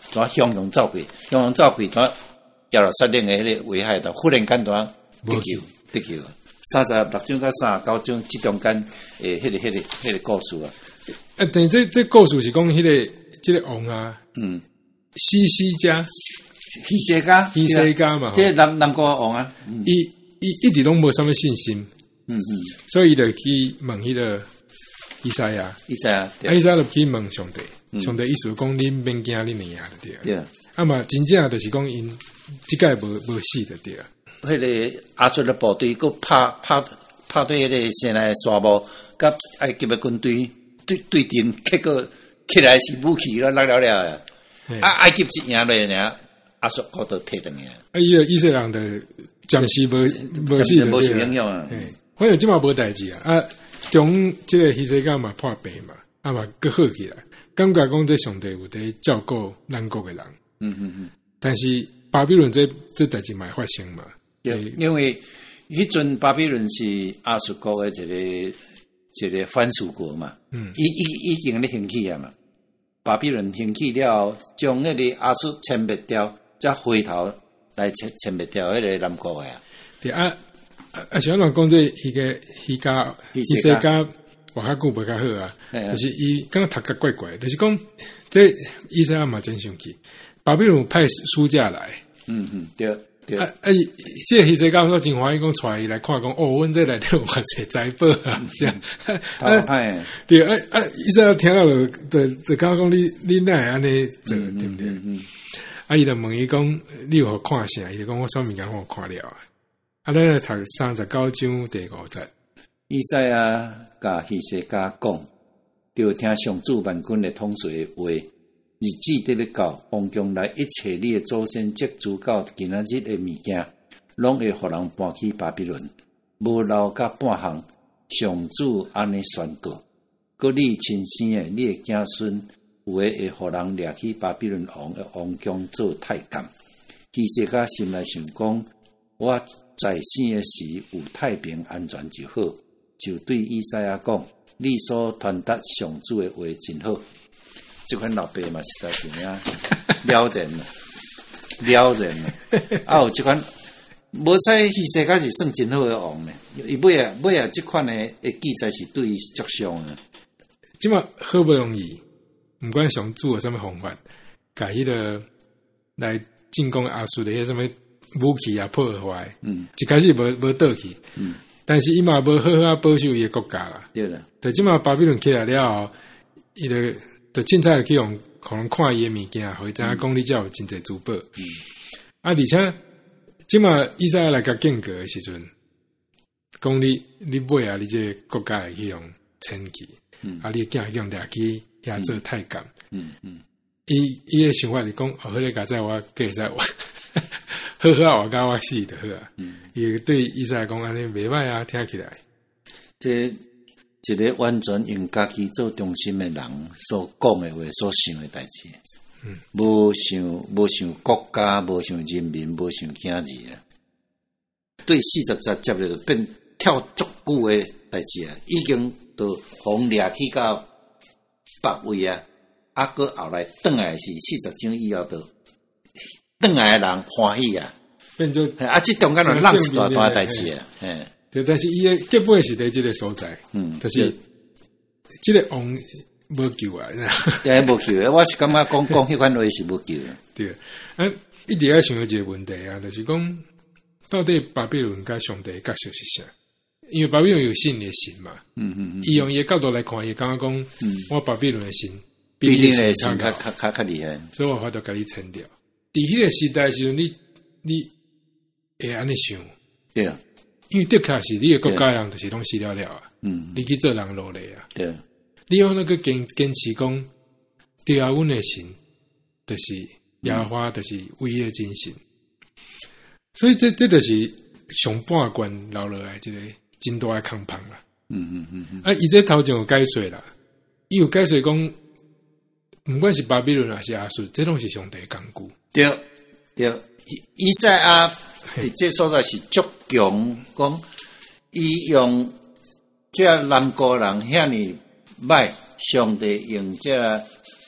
Speaker 2: 怎汹涌走过，汹涌走过，怎亚罗撒冷的迄个危害，就忽然间怎得救得救。三十六章到三十九章，即中间诶，迄个迄个迄个故事啊。
Speaker 1: 啊，等于这这故事是讲迄个即个王啊，嗯，西西家，
Speaker 2: 希西家，
Speaker 1: 希西家嘛，
Speaker 2: 即个南南国王啊，
Speaker 1: 伊伊一直拢无啥物信心，嗯嗯，所以伊就去问迄个以赛亚，
Speaker 2: 以赛亚，
Speaker 1: 啊，以赛亚就去问上帝，上帝意思讲恁免惊恁娘啊，对啊，对啊，啊嘛真正就是讲因即届无无死的对啊。
Speaker 2: 迄个亚述的部队，佮拍拍拍对迄个先来沙漠，甲埃及的军队对对阵，结果起来是武器了，落了了。啊，埃及一赢了呢，亚述国都退转去。
Speaker 1: 啊，伊个以色列人的暂时无无死的，
Speaker 2: 无受影响啊。
Speaker 1: 反正即嘛无代志啊。啊，从即个希西家嘛破病嘛，啊嘛搁好起来，感觉讲这上帝有伫照顾咱国的人。嗯嗯嗯。但是巴比伦这这代志嘛发生嘛。
Speaker 2: 因为迄阵巴比伦是亚述国的一个一个藩属国嘛，嗯，已已已经咧兴起啊嘛。巴比伦兴起了，将迄个亚述歼灭掉，再回头来歼歼灭掉迄个南国的啊。
Speaker 1: 对啊啊，像咱讲这迄个希家希西家活较久无较好啊，就是伊感觉头壳怪怪，就是讲这以色列嘛真生气，巴比伦派书架来，嗯嗯，对。啊啊！即个希西家说真欢喜，讲带伊来看，讲哦，阮这内底有偌济财宝啊，是啊，啊，对啊啊！伊说听到了，就就感觉讲你你哪会安尼做，对不对？啊，伊就问伊讲，你有看啥？伊就讲我啥物件我看了啊。啊，咱来读三十九章第五节。
Speaker 2: 以赛亚甲希西家讲，就听上主万军的统帅的话。日子得要到，王宫内一切你的祖先积聚到今仔日的物件，拢会互人搬去巴比伦，无留甲半项。上主安尼宣告，佮你亲生的你的子孙，有诶会互人掠去巴比伦王的王宫做太监。希西家心内想讲，我在生的时有太平安全就好，就对以赛亚讲，你所传达上主的话真好。这款老爸嘛，实在是咩撩人了，撩人了。啊，有这款无猜希西家是算真好的王呢。伊尾啊尾啊，这款的的记载是对伊足伤的。
Speaker 1: 即嘛好不容易，毋管上主有啥物方法，甲迄个来进攻亚述的迄什么武器啊破坏，嗯，一开始无无倒去，嗯，但是伊嘛无好好保守伊的国家啦。对啦，但即嘛巴比伦起来了后，伊的。就凊彩去用可能看伊诶物件，或者讲你才有真侪珠宝。嗯、啊，而且即马以赛亚来甲建国诶时阵，讲你你买啊，你这个国家会去用迁去，嗯、啊，你囝去用掠去遐做太监。嗯嗯，伊伊诶想法是讲，哦，迄个家在我计在我，好好我甲我死就好啊。伊、嗯、对以赛亚讲安尼袂歹啊，听起来。
Speaker 2: 这一个完全用家己做中心的人所讲的话、所想的代志，嗯，无想无想国家，无想人民，无想囝儿啊。对四十节接了变跳足久的代志啊，已经都互掠去到别位啊，啊，搁后来转来是四十章以后，都转来的人欢喜啊，
Speaker 1: 变做
Speaker 2: 啊，这中间就浪是大大代志啊，嘿。
Speaker 1: 对，但是伊诶根本是伫即个所在，嗯，就是即个王无救啊，
Speaker 2: 对，无救啊！我是感觉讲讲迄款话是无救啊。
Speaker 1: 对，啊，一直要想一个问题啊，就是讲到底巴比伦甲上帝角色是啥？因为巴比伦有信的神嘛，嗯嗯嗯，伊用伊角度来看，伊感觉讲，嗯，我巴比伦的神
Speaker 2: 比你的神较较较较厉害，
Speaker 1: 所以我法度甲你删掉。伫迄个时代时阵，你你会安尼想，
Speaker 2: 对啊。
Speaker 1: 因为的确是你的国家人就是拢死了了啊，嗯，你去做人落来啊，对，你用那个坚坚持讲，对啊，阮的神就是耶和华，就是唯一的真神，所以这这就是上半关留落来一个真大的空棚啦，嗯嗯嗯嗯，啊，伊这头前有解说啦，伊有解说讲，不管是巴比伦还是亚述，这拢是上帝的工具，
Speaker 2: 对对，以赛亚。伫这所在是足强，讲伊用这南国人遐尼歹，上帝用这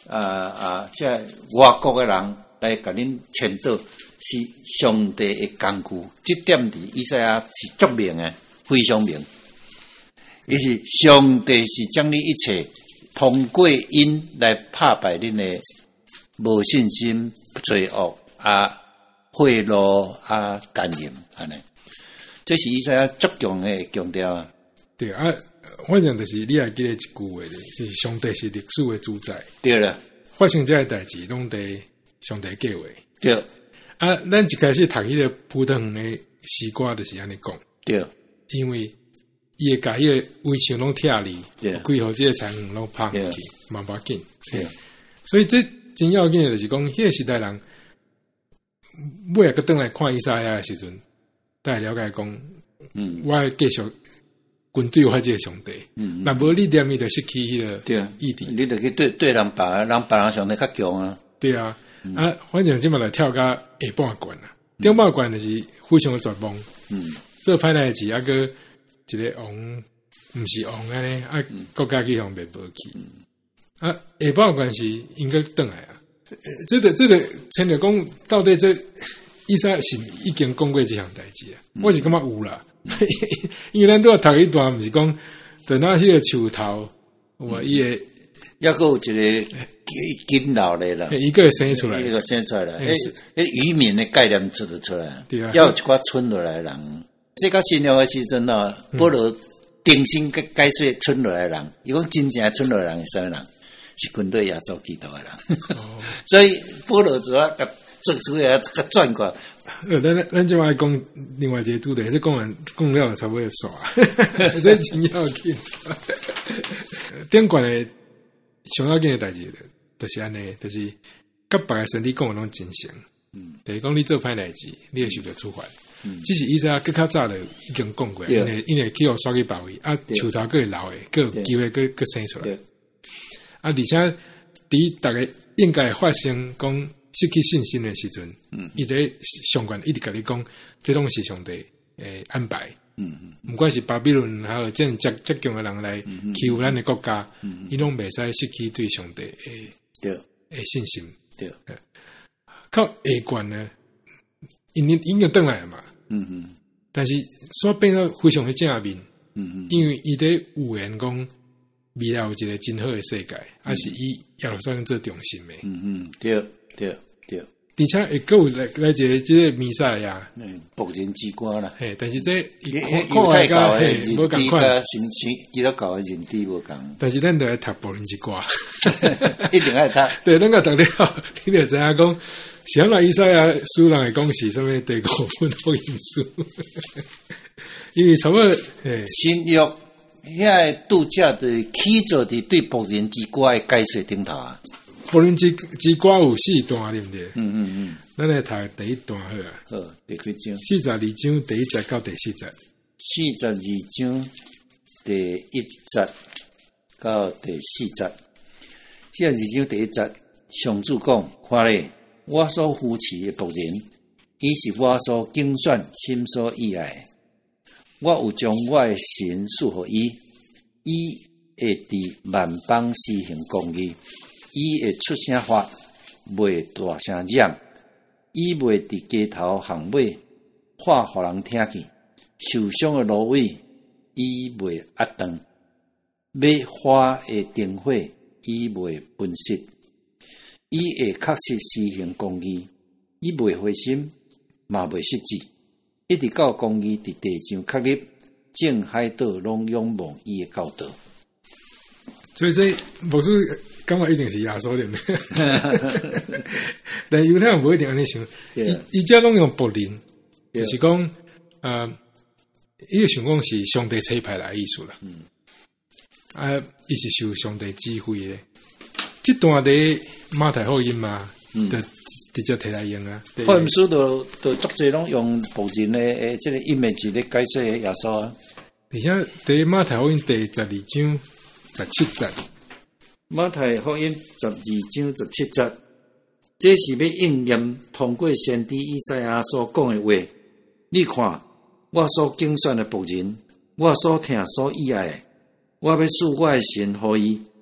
Speaker 2: 啊啊，即外国诶人来甲恁签到，是上帝诶工具，即点伫以赛亚是足明诶，非常明。伊是上帝是将你一切通过因来拍败恁诶无信心、罪恶啊、贿赂啊、奸淫安尼。这是以赛亚足强诶强调啊。
Speaker 1: 对啊，反正就是你也记得一句话咧，是上帝是历史诶主宰。
Speaker 2: 对啦，
Speaker 1: 发生这个代志拢伫上帝计划。
Speaker 2: 对
Speaker 1: 啊，咱一开始读迄个普通诶诗歌，就是安尼讲。
Speaker 2: 对，
Speaker 1: 因为伊会甲迄个围墙拢拆离，规互即个田园拢拍入去，嘛无要紧。
Speaker 2: 对，
Speaker 1: 所以这真要紧诶，就是讲迄个时代人尾下个转来看以赛亚诶时阵，大家了解讲，嗯，我会继续军队我即个上帝，嗯，若无你念伊就失去迄个意义。
Speaker 2: 你著去对对人别人别人上帝较强啊。
Speaker 1: 对啊，嗯、啊，反正即嘛来跳到下半关啦，中半关就是非常诶绝望。嗯，这歹代志啊个一个王，毋是王安尼啊，国家去向袂无去。啊，下半关是应该转来啊。这个这个，牵着讲到底这以赛亚是已经讲过这项代志啊，嗯、我是感觉有啦。因为咱都要读一段，毋是讲等到迄个树头，我伊个，
Speaker 2: 抑个有一个紧老的啦，
Speaker 1: 一个生出来，
Speaker 2: 一个生出来了。迄迄渔民的概念出得出来，对啊，要有一寡村落来的人。这个新约的时阵哦，保罗定心解解说村落来的人，伊讲真正村落人是啥人？是军队亚洲基督的人。哦、所以保罗主要甲做出来甲转过。
Speaker 1: 呃，咱咱就爱讲另外一个主题，是讲完讲了差不多煞，这真要紧。顶关的上要紧的代志，就是安尼，就是甲别个身体讲的拢真诚。嗯，就是讲你做歹代志，你会受到处罚。嗯，只是以前更较早的已经讲过，因为因为去互刷去保卫啊，树头佫会老诶，佫有机会佫佫生出来。啊，而且伫大家应该发生讲失去信心的时阵，嗯，伊在上官一直甲你讲，这拢是上帝诶安排。嗯嗯，毋管是巴比伦还有这种极极强的人来欺负咱的国家，伊拢袂使失去对上帝诶对诶信心。对，靠下关呢，因已经转来了嘛。嗯嗯，但是煞变到非常的正面。嗯嗯，因为伊在预言讲。未来有一个真好的世界，还、嗯、是以耶路撒冷做中心的。嗯嗯，对对对。而且会够来来一个即个弥赛亚，
Speaker 2: 嗯，仆人之歌啦。
Speaker 1: 嘿，但是这
Speaker 2: 犹太教的人无共款，新基督教的人地无共。
Speaker 1: 但是咱都要读仆人之歌，
Speaker 2: 一定要读。
Speaker 1: 对，咱个读了，你就知影讲，想来以赛亚书人会讲是什么第五本福音书，因为差不多
Speaker 2: 新约。遐度假的起做伫对仆人之歌的解说顶头啊，
Speaker 1: 仆人之之歌有四段，对不对？嗯嗯嗯，咱来读第一段好啊。
Speaker 2: 好，第几章？
Speaker 1: 四十二章第一节到第四节。
Speaker 2: 四十二章第一节到第四节。四十二章第一节，上主讲：看咧，我所扶持的仆人，伊是我所竞选、心所意爱。我有将我的神赐予伊，伊会伫万邦施行公义，伊会出声发，袂大声嚷，伊袂伫街头巷尾喊互人听去，受伤的芦苇，伊袂压断，要花的灯火，伊袂分析，伊会确实施行公义，伊袂灰心，嘛袂失志。一直到公义伫地上确立，正海岛拢仰望伊的教导。
Speaker 1: 所以这不是感觉一定是耶稣念的，但犹太人无一定安尼想。伊伊遮拢用仆人，就是讲，呃，伊个想讲是上帝差派来的意思啦。嗯、啊，伊是受上帝指挥的。这段伫马太福音嘛，嗯直接摕来用啊！
Speaker 2: 福音书都都足侪拢用仆人的诶，即个 image 咧解说耶稣啊。
Speaker 1: 而且伫马太福音第十二章十七节，
Speaker 2: 马太福音十二章十七节，这是要应验通过先知以赛亚所讲的话。你看，我所竞选的仆人，我所听所意爱的，我要赐我的神予伊，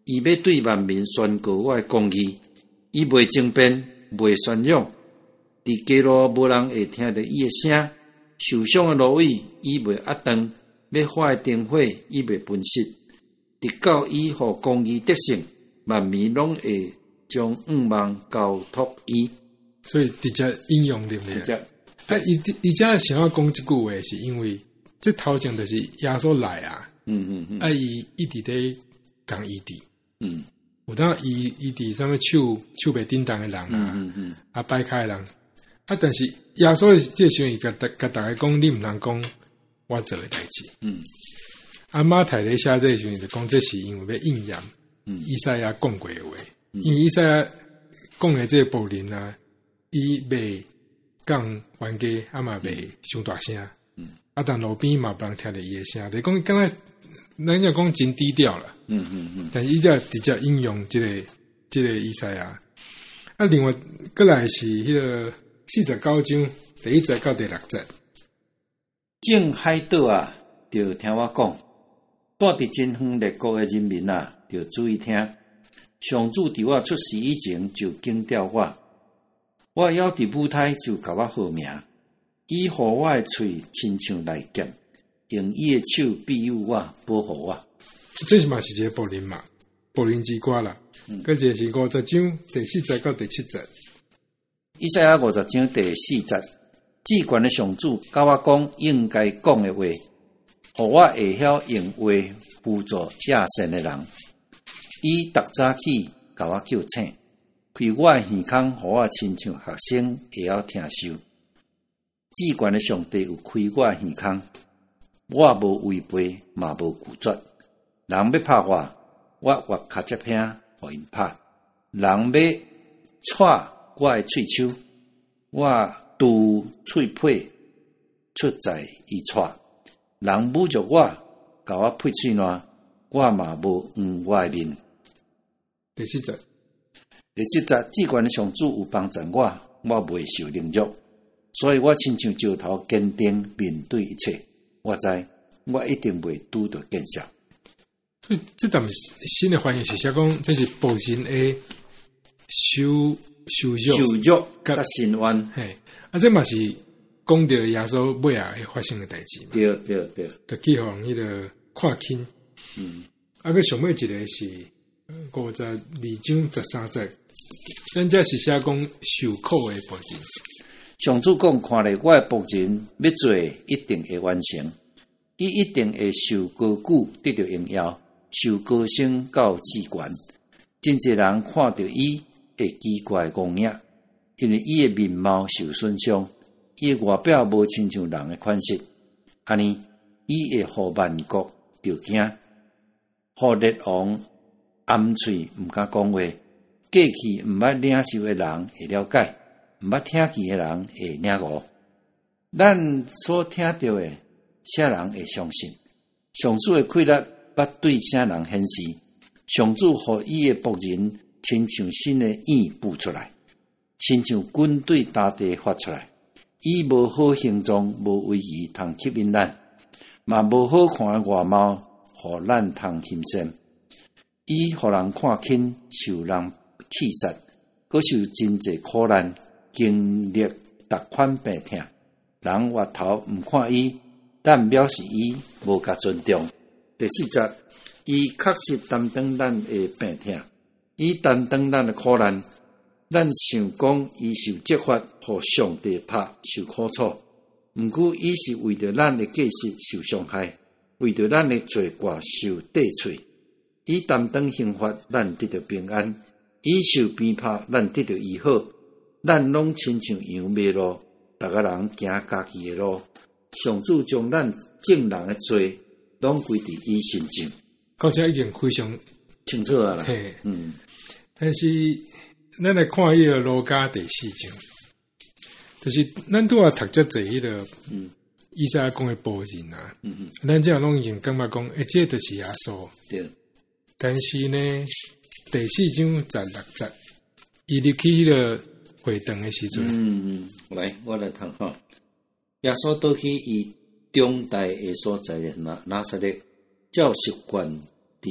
Speaker 2: 伊要对万民宣告我的公义，伊袂争辩，袂宣扬。伫街路无人会听到伊的声，受伤的芦苇伊袂压断，要发的灯火伊袂分析。直到伊互公义得胜，万民拢会将愿望交托伊。
Speaker 1: 所以直接引用对不对？
Speaker 2: 直接
Speaker 1: 啊，伊伊遮想要讲即句话，是因为这头前就是耶稣来啊，
Speaker 2: 嗯嗯嗯，
Speaker 1: 啊伊一直在讲伊伫，
Speaker 2: 嗯，
Speaker 1: 有当伊伊伫上面手手袂叮当的人啊，
Speaker 2: 嗯嗯嗯，
Speaker 1: 啊摆开的人，啊但是耶稣即个时阵伊甲甲大家讲，你毋通讲我做的代志，
Speaker 2: 嗯，
Speaker 1: 啊马太咧写这个时阵就讲，这是因为要应验，嗯，以赛亚讲过的话，嗯、因为以赛亚讲的这个仆人啊，伊袂讲冤家，啊嘛袂伤大声，嗯，啊但路边嘛别人听到伊的声，就是讲刚才咱要讲真低调啦，
Speaker 2: 嗯嗯嗯，
Speaker 1: 但是伊要直接应用即、这个即、这个以赛亚。啊，另外过来是迄个四十九章第一节到第六节。
Speaker 2: 正海岛啊，就听我讲，住伫真远列国的人民啊，就注意听。上主伫我出世以前就警告我，我还伫母胎就甲我号名，伊互我的喙亲像利剑，用伊的手庇佑我，保护我。
Speaker 1: 这是嘛是一个仆人嘛，仆人之歌啦。嗯，跟住是五十章第四节到第七节。
Speaker 2: 以赛亚五十章第四节，至权的上主甲我讲应该讲的话，互我会晓用话辅助野善的人。伊逐早起甲我叫醒，开我的耳孔，互我亲像学生会晓听受。至权的上帝有开我的耳孔，我无违背，嘛无拒绝。人要拍我，我活脚接片，互因拍；人要踹我的喙手，我拄喙皮出在伊踹。人侮辱我，甲我配喙烂，我嘛无黄我的面。
Speaker 1: 第四节，
Speaker 2: 第七节，至权的上主有帮助我，我袂受凌辱，所以我亲像石头坚定面对一切。我知我一定袂拄到见效。
Speaker 1: 所以这段新的翻译是写讲，这是仆人的受受辱、
Speaker 2: 受辱甲伸冤。
Speaker 1: 嘿，啊，这嘛是讲到耶稣尾啊会发生的代志嘛。
Speaker 2: 对对对，
Speaker 1: 就去互人迄个看轻。嗯，啊，个上尾一个是五十二章十三节，咱这是写讲受苦的仆人。
Speaker 2: 上主讲，看咧我的仆人要做，一定会完成。伊一定会受高举，得到荣耀，受高升到至权。真侪人看到伊会奇怪光影，因为伊的面貌受损伤，伊的外表无亲像人的款式。安尼，伊会互万国着惊，互列王暗喙毋敢讲话，过去毋捌领受的人会了解，毋捌听见的人会领悟。咱所听到的，啥人会相信？上主的规律捌对啥人显示？上主互伊的仆人亲像新的影布出来，亲像军队大地发出来。伊无好形状，无威仪通吸引咱，嘛无好看的外貌，互咱通欣赏。伊互人看轻，受人气杀，阁受真济苦难，经历逐款病痛。人回头毋看伊，但表示伊无甲尊重。第四节，伊确实担当咱的病痛，伊担当咱的苦难。咱想讲，伊受责罚，互上帝拍受苦楚。毋过，伊是为着咱的过失受伤害，为着咱的罪过受得罪。伊担当刑罚，咱得到平安；伊受鞭拍，咱得到医好。咱拢亲像羊迷路，逐个人行家己的路。上主将咱正人的罪拢归伫伊身上。
Speaker 1: 到这已经非常
Speaker 2: 清楚啊啦。
Speaker 1: 嘿，
Speaker 2: 嗯，
Speaker 1: 但是咱来看迄个路加第四章，就是咱拄啊读遮济迄个，嗯，以赛亚讲的仆人啊，嗯嗯，咱这样拢已经感觉讲，诶，这就是耶稣。
Speaker 2: 对。
Speaker 1: 但是呢，第四章十六节，伊入去迄个会堂的时阵，
Speaker 2: 嗯嗯，来，我来读吼。耶稣倒去伊中代的所在的拿拿撒勒，照习惯伫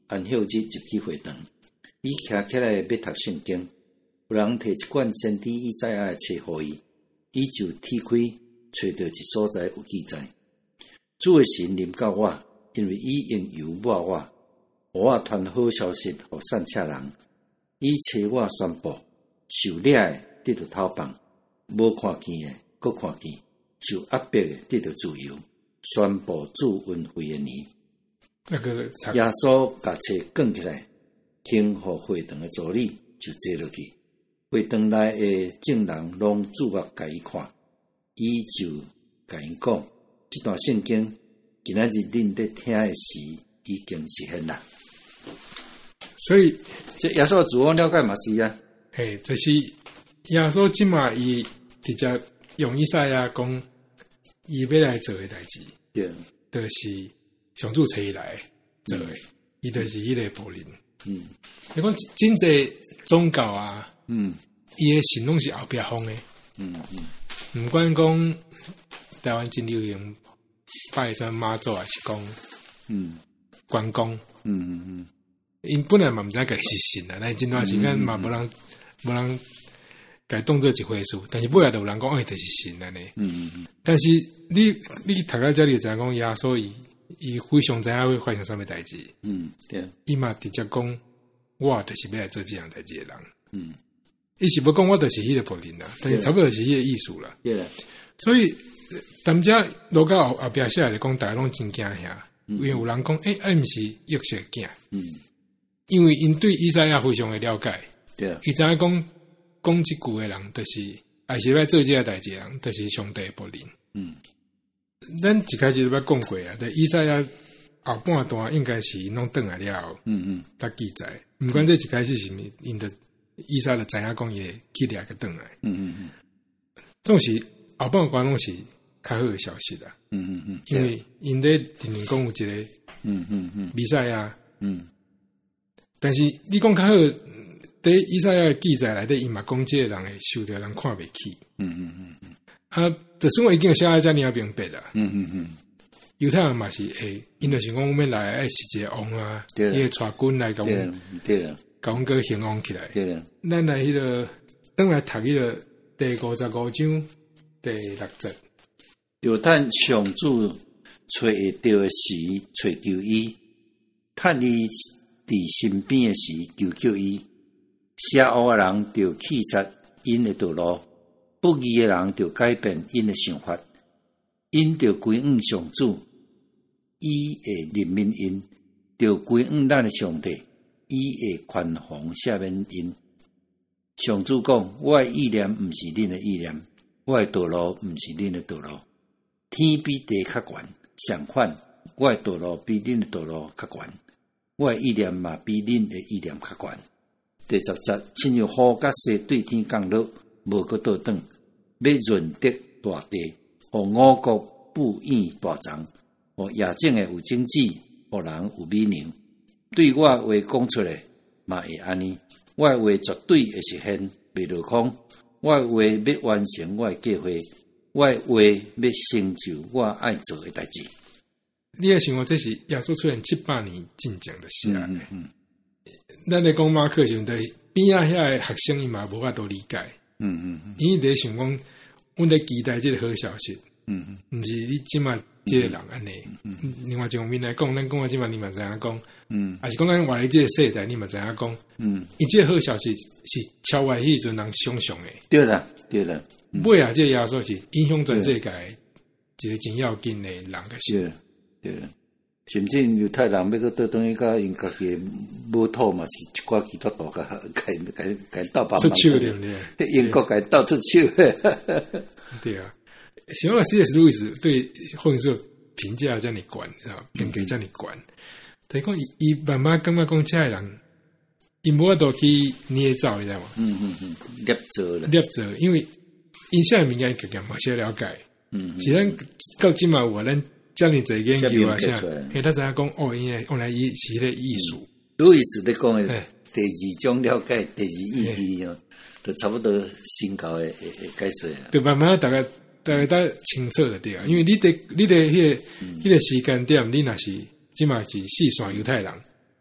Speaker 2: 按休日入去会堂，伊徛起来要读圣经，有人摕一卷先知以赛亚的册互伊，伊就踢开，找到一所在有记载：主的神临到我，因为伊用油抹我，互我传好消息互散车人。伊找我宣布，受掠的得到讨放，无看见的搁看见，受压迫的得到自由，宣布主恩惠的年。
Speaker 1: 那个
Speaker 2: 耶稣把册卷起来，轻互会堂的助理就坐落去。会堂内的众人拢注目甲伊看，伊就甲因讲：这段圣经今仔日恁在听的时已经实现啦。
Speaker 1: 所以，
Speaker 2: 这耶稣自我了解嘛是啊，
Speaker 1: 嘿，这是耶稣即马伊直接用以赛亚讲，伊要来做的代志，
Speaker 2: 对，
Speaker 1: 就是上主找伊来做的，伊、嗯、就是迄个仆人。
Speaker 2: 嗯，
Speaker 1: 你讲真济宗教啊，
Speaker 2: 嗯，
Speaker 1: 伊的神拢是后壁方的，
Speaker 2: 嗯嗯，
Speaker 1: 毋管讲台湾真流行拜山妈祖，还是讲
Speaker 2: 嗯
Speaker 1: 关公，
Speaker 2: 嗯嗯嗯。
Speaker 1: 因本来嘛毋知家己是神啊，但是真段时间嘛无人无人家当做一回事，但是尾仔就有人讲，哎，就是神安尼。
Speaker 2: 嗯嗯。
Speaker 1: 但是你你读到这里就知影讲，耶稣伊伊非常知影会发生啥物代志。
Speaker 2: 嗯，对。
Speaker 1: 伊嘛直接讲，我就是要来做这样代志的人。
Speaker 2: 嗯。
Speaker 1: 伊是要讲我就是迄个仆人啦，但是差不多是迄个意思啦。
Speaker 2: 对啦。
Speaker 1: 所以，咱遮落到后后壁写来讲，大家拢真惊吓，因为有人讲，诶、欸，啊，毋是约瑟囝。
Speaker 2: 嗯。
Speaker 1: 因为因对以赛亚非常的了解，
Speaker 2: 对啊，
Speaker 1: 伊知影讲讲即句的人，就是还是要做这个代志的人，就是上帝的仆人。嗯，咱一开始就要讲过啊，对以赛亚后半段应该是因拢转来了后，嗯嗯，才记载。毋管这一开始是毋，因的以赛亚就知影讲伊会起来个转来。嗯嗯嗯，总是后半段拢是较好的消息啦。嗯嗯嗯，因为因咧定定讲有一个，嗯嗯嗯，以赛亚，嗯。但是你讲较好，伫以赛亚的记载内底，伊嘛讲即个人会受着人看袂起。嗯嗯嗯嗯。啊，就算我已经写啊遮尔啊明白啦。嗯嗯嗯。犹太人嘛是会，因就是讲我们来爱是一个王啊，伊会带军来甲阮，
Speaker 2: 对啦，
Speaker 1: 甲阮个兴旺起来。
Speaker 2: 对啦。咱
Speaker 1: 来迄个等来读迄个第五十五章第六节。
Speaker 2: 就趁上主找会到的时，找求伊，趁伊伫身边诶时，求求伊；邪恶诶人就弃杀因诶道路，不义诶人就改变因诶想法，因就归向上主，伊会怜悯因；就归向咱诶上帝，伊会宽宏赦免因。上主讲：我诶意念毋是恁诶意念，我诶道路毋是恁诶道路。天比地较悬，相反，我诶道路比恁诶道路较悬。我的意念嘛比恁的意念较悬。第十节，亲像雨甲雪对天降落，无个倒转，要润得大地，互五国布院大藏，互野种的有种子，互人有美牛。对我话讲出来嘛会安尼，我的话绝对会实现，袂落空。我的话要完成我的计划，我的话要成就我爱做的代志。
Speaker 1: 你也想讲，这是耶稣出现七百年进讲的事啊！嗯嗯，咱咧讲马克时，对边仔遐个学生伊嘛无法度理解。嗯嗯嗯，伊伫想讲，阮咧期待即个好消息。嗯嗯，毋是你即马即个人安尼。嗯嗯，另外一方面来讲，咱讲啊即马你嘛知影讲，嗯，还是讲咱活咧即个世代，你嘛知影讲，嗯，伊即个好消息是超越迄阵人想象诶。
Speaker 2: 对啦，对啦，
Speaker 1: 尾啊，即个耶稣是影响全世界一个真要紧诶人个事。
Speaker 2: 对，甚至犹太人要个倒转去甲因家己母土嘛，是一寡其他大家甲甲甲斗帮忙
Speaker 1: 出手对不对？
Speaker 2: 英国甲斗出手。
Speaker 1: 对啊，想到 C S 路易斯对福音书评价遮尔悬啊，评价遮尔悬，等于讲伊伊慢慢感觉讲遮个人，伊无法度去捏造，你知道吗？嗯嗯嗯，
Speaker 2: 捏造了，
Speaker 1: 捏造，因为因啥物件家己嘛些了解，嗯，是咱到即嘛有咱。遮尔侪研究啊，啥？嘿，他知影讲哦，因为用来伊是迄个艺术。
Speaker 2: 路易斯咧讲诶，第二种了解，第二意义哦，就差不多新教诶诶解说啊。
Speaker 1: 对，慢慢大概大概大清楚了对啊，因为你伫你伫迄个迄个时间点，你若是即嘛是四线犹太人，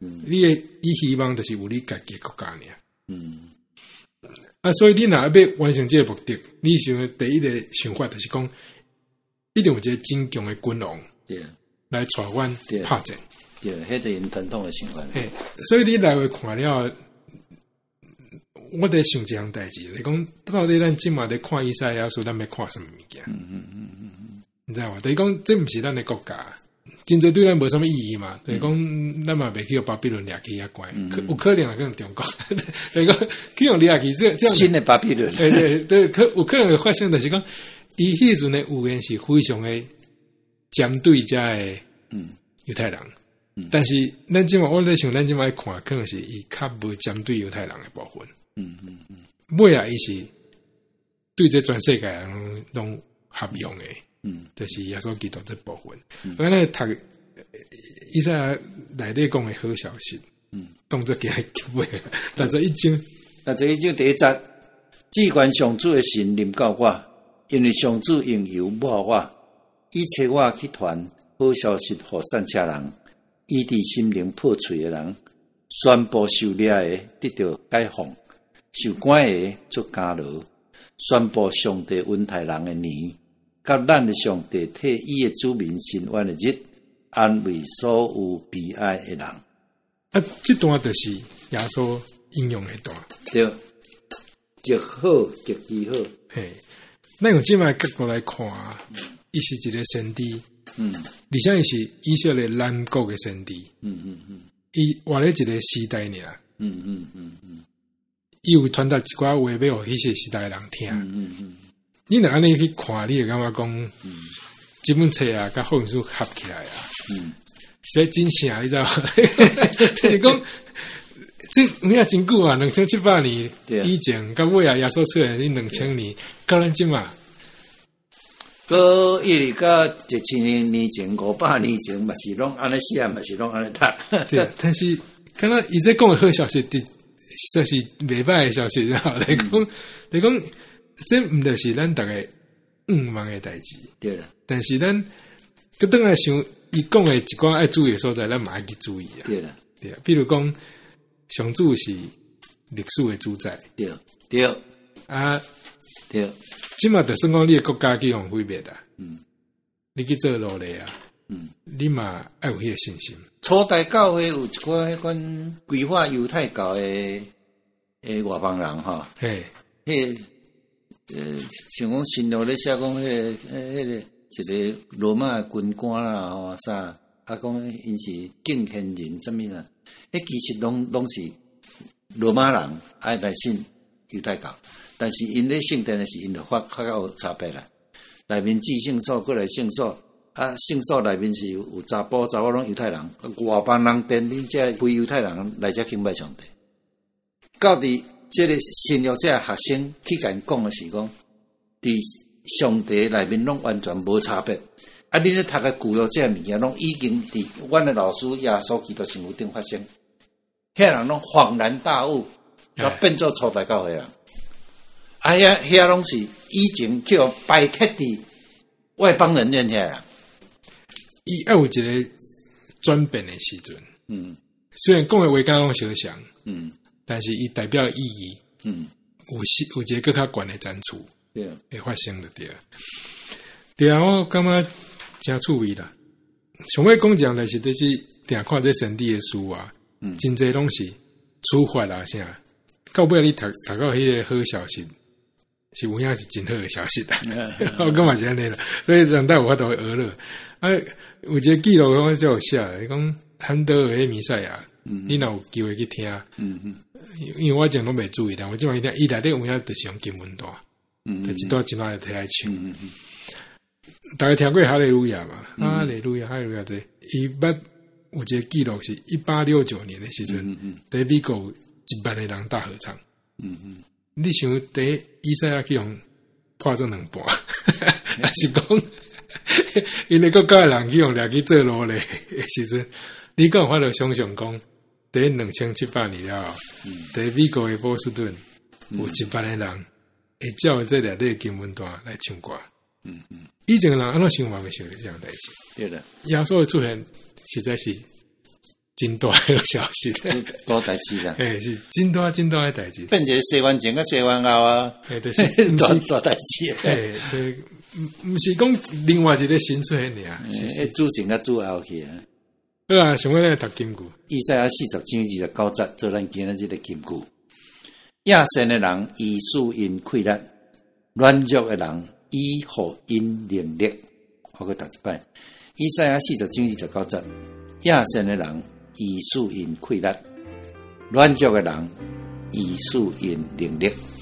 Speaker 2: 嗯，
Speaker 1: 你的伊希望就是有你家己国家尔。嗯，啊，所以你若要完成这个目的，你想第一个想法就是讲，一定有一个真强的君王，
Speaker 2: 对，
Speaker 1: 来带阮拍战。
Speaker 2: 对，迄个因传统的想法。
Speaker 1: 嘿，所以你来回看了。我在想一项代志，你讲到底咱今嘛在看以赛亚书，咱要看什么物件？嗯嗯嗯嗯嗯，你知道吗？等于讲这不是咱的国家，真正对咱无什么意义嘛。等于讲咱嘛袂去巴比伦掠去遐关，有可能啊，可能中国。等于讲去用掠去，这这样
Speaker 2: 新的巴比伦，
Speaker 1: 对对对，可有可能会发生，就是讲伊迄阵的语言是非常的针对遮的嗯犹太人。嗯、但是咱今嘛我在想，咱今嘛看，可能是伊较无针对犹太人的部分。嗯嗯嗯，尾啊，伊是对这全世界人拢合用的，嗯，就是耶稣基督这部分。我咧读以赛亚内底讲的好消息，嗯，当作给他结尾，但这一章，
Speaker 2: 但这一章第一节，至关上主的神临到我，因为上主用油抹我，以切我去传好消息给散车人。医治心灵破碎的人，宣布受掠的得到解放，受关的出监牢，宣布上帝恩待人的年，甲咱的上帝替伊的子民伸冤的日，安慰所有悲哀的人。
Speaker 1: 啊，这段就是耶稣引用的段，
Speaker 2: 对，极好，极其好。
Speaker 1: 嘿，咱用这摆角度来看，伊、嗯、是一个先知。嗯，而且伊是以色列南国的先知，嗯嗯嗯，伊活咧一个时代尔，嗯嗯嗯嗯，伊有传达一寡话要互迄个时代的人听，嗯嗯嗯，你若安尼去看，你会感觉讲，嗯，这本册啊，甲福音书合起来啊，嗯，实在真像，你知道吗？就是讲，这有影真久啊，两千七百年以前，甲尾啊耶稣出来，你两千年，到咱即嘛。
Speaker 2: 个伊里个一千年前、五百年前，嘛是拢安尼写，嘛是拢安尼读。
Speaker 1: 对，但是刚刚伊在讲的好消息，这是袂歹的消息，然后来讲，来讲，这毋就是咱大家愿望的代志。
Speaker 2: 对啦，
Speaker 1: 但是咱搁倒来想，伊讲的一寡爱注意的所在，咱嘛爱去注意啊。
Speaker 2: 对啦，
Speaker 1: 对啊，比如讲，上主是历史的主宰。
Speaker 2: 对对
Speaker 1: 啊，
Speaker 2: 对。
Speaker 1: 即嘛就算讲你的国家去用毁灭啊，嗯，你去做奴隶啊，嗯，你嘛爱有迄个信心。
Speaker 2: 初代教会有一寡迄款规划犹太教诶诶外邦人吼，嘿，迄呃像讲新约咧写讲迄个迄个一个罗马军官啦吼啥，啊讲因是敬虔人什么啦，迄其实拢拢是罗马人爱来信犹太教。但是因咧圣殿诶是因着法较有差别啦，内面至圣所过来圣所，啊圣所内面是有查甫查某拢犹太人，外邦人殿恁这非犹太人来遮敬拜上帝。到伫这个新约这学生去甲因讲诶是讲，伫上帝内面拢完全无差别。啊，恁咧读诶旧约这物件，拢已经伫阮诶老师耶稣基督身躯顶发生，遐人拢恍然大悟，甲变做初代教会人。啊，遐遐拢是以前叫摆贴伫外邦人面遐啊，
Speaker 1: 伊爱有一个转变的时阵。嗯，虽然讲的话讲拢相像，嗯，但是伊代表的意义，嗯，有是有一个更较悬的展出，对，会发生的对。对啊，我感觉真趣味啦。上尾讲讲的是，就是定看这神帝的书啊，嗯，真侪拢是处罚啦啥，到尾你读读到迄个好消息。是有影是真好的消息啦，我感觉是安尼啦，所以让大家有法度去学乐。啊，有一个记录我就有写的，讲汉德尔弥赛亚，嗯、你若有机会去听，嗯嗯，因为我以前拢未注意啦，我今晚一听，伊内底有影就是用经文段，嗯，就一段一段摕来唱。嗯嗯，大家听过哈利路亚嘛？嗯、哈利路亚，哈利路亚这伊捌有一个记录是一八六九年的时阵，嗯嗯，在美国有一万个人大合唱，嗯嗯。你想第一以赛亚去用破做两半，还是讲因为国家的人去用掠去做奴隶的时阵，你敢有法度想象讲，第一两千七百年了，在美国的波士顿有一万个人会照这掠底经文段来唱歌。嗯嗯，以前的人安怎想嘛未想这样代志。
Speaker 2: 对的，
Speaker 1: 耶稣的出现实在是真大的消息，
Speaker 2: 大代志啦，
Speaker 1: 诶，是真大真大的代志，
Speaker 2: 变成洗完前跟洗完后啊，
Speaker 1: 诶，就是
Speaker 2: 大大代志，
Speaker 1: 诶，对，毋是讲另外一个新出现尔，
Speaker 2: 诶，主前甲主后去啊。
Speaker 1: 好啊，想要来读金句，
Speaker 2: 以赛亚四十章二十九节，做咱今日这个金句。亚善的人以使因溃烂，软弱的人以互因能力。我去读一摆。以赛亚四十章二十九节，亚善的人以使因溃烂，软弱的人以使因能力。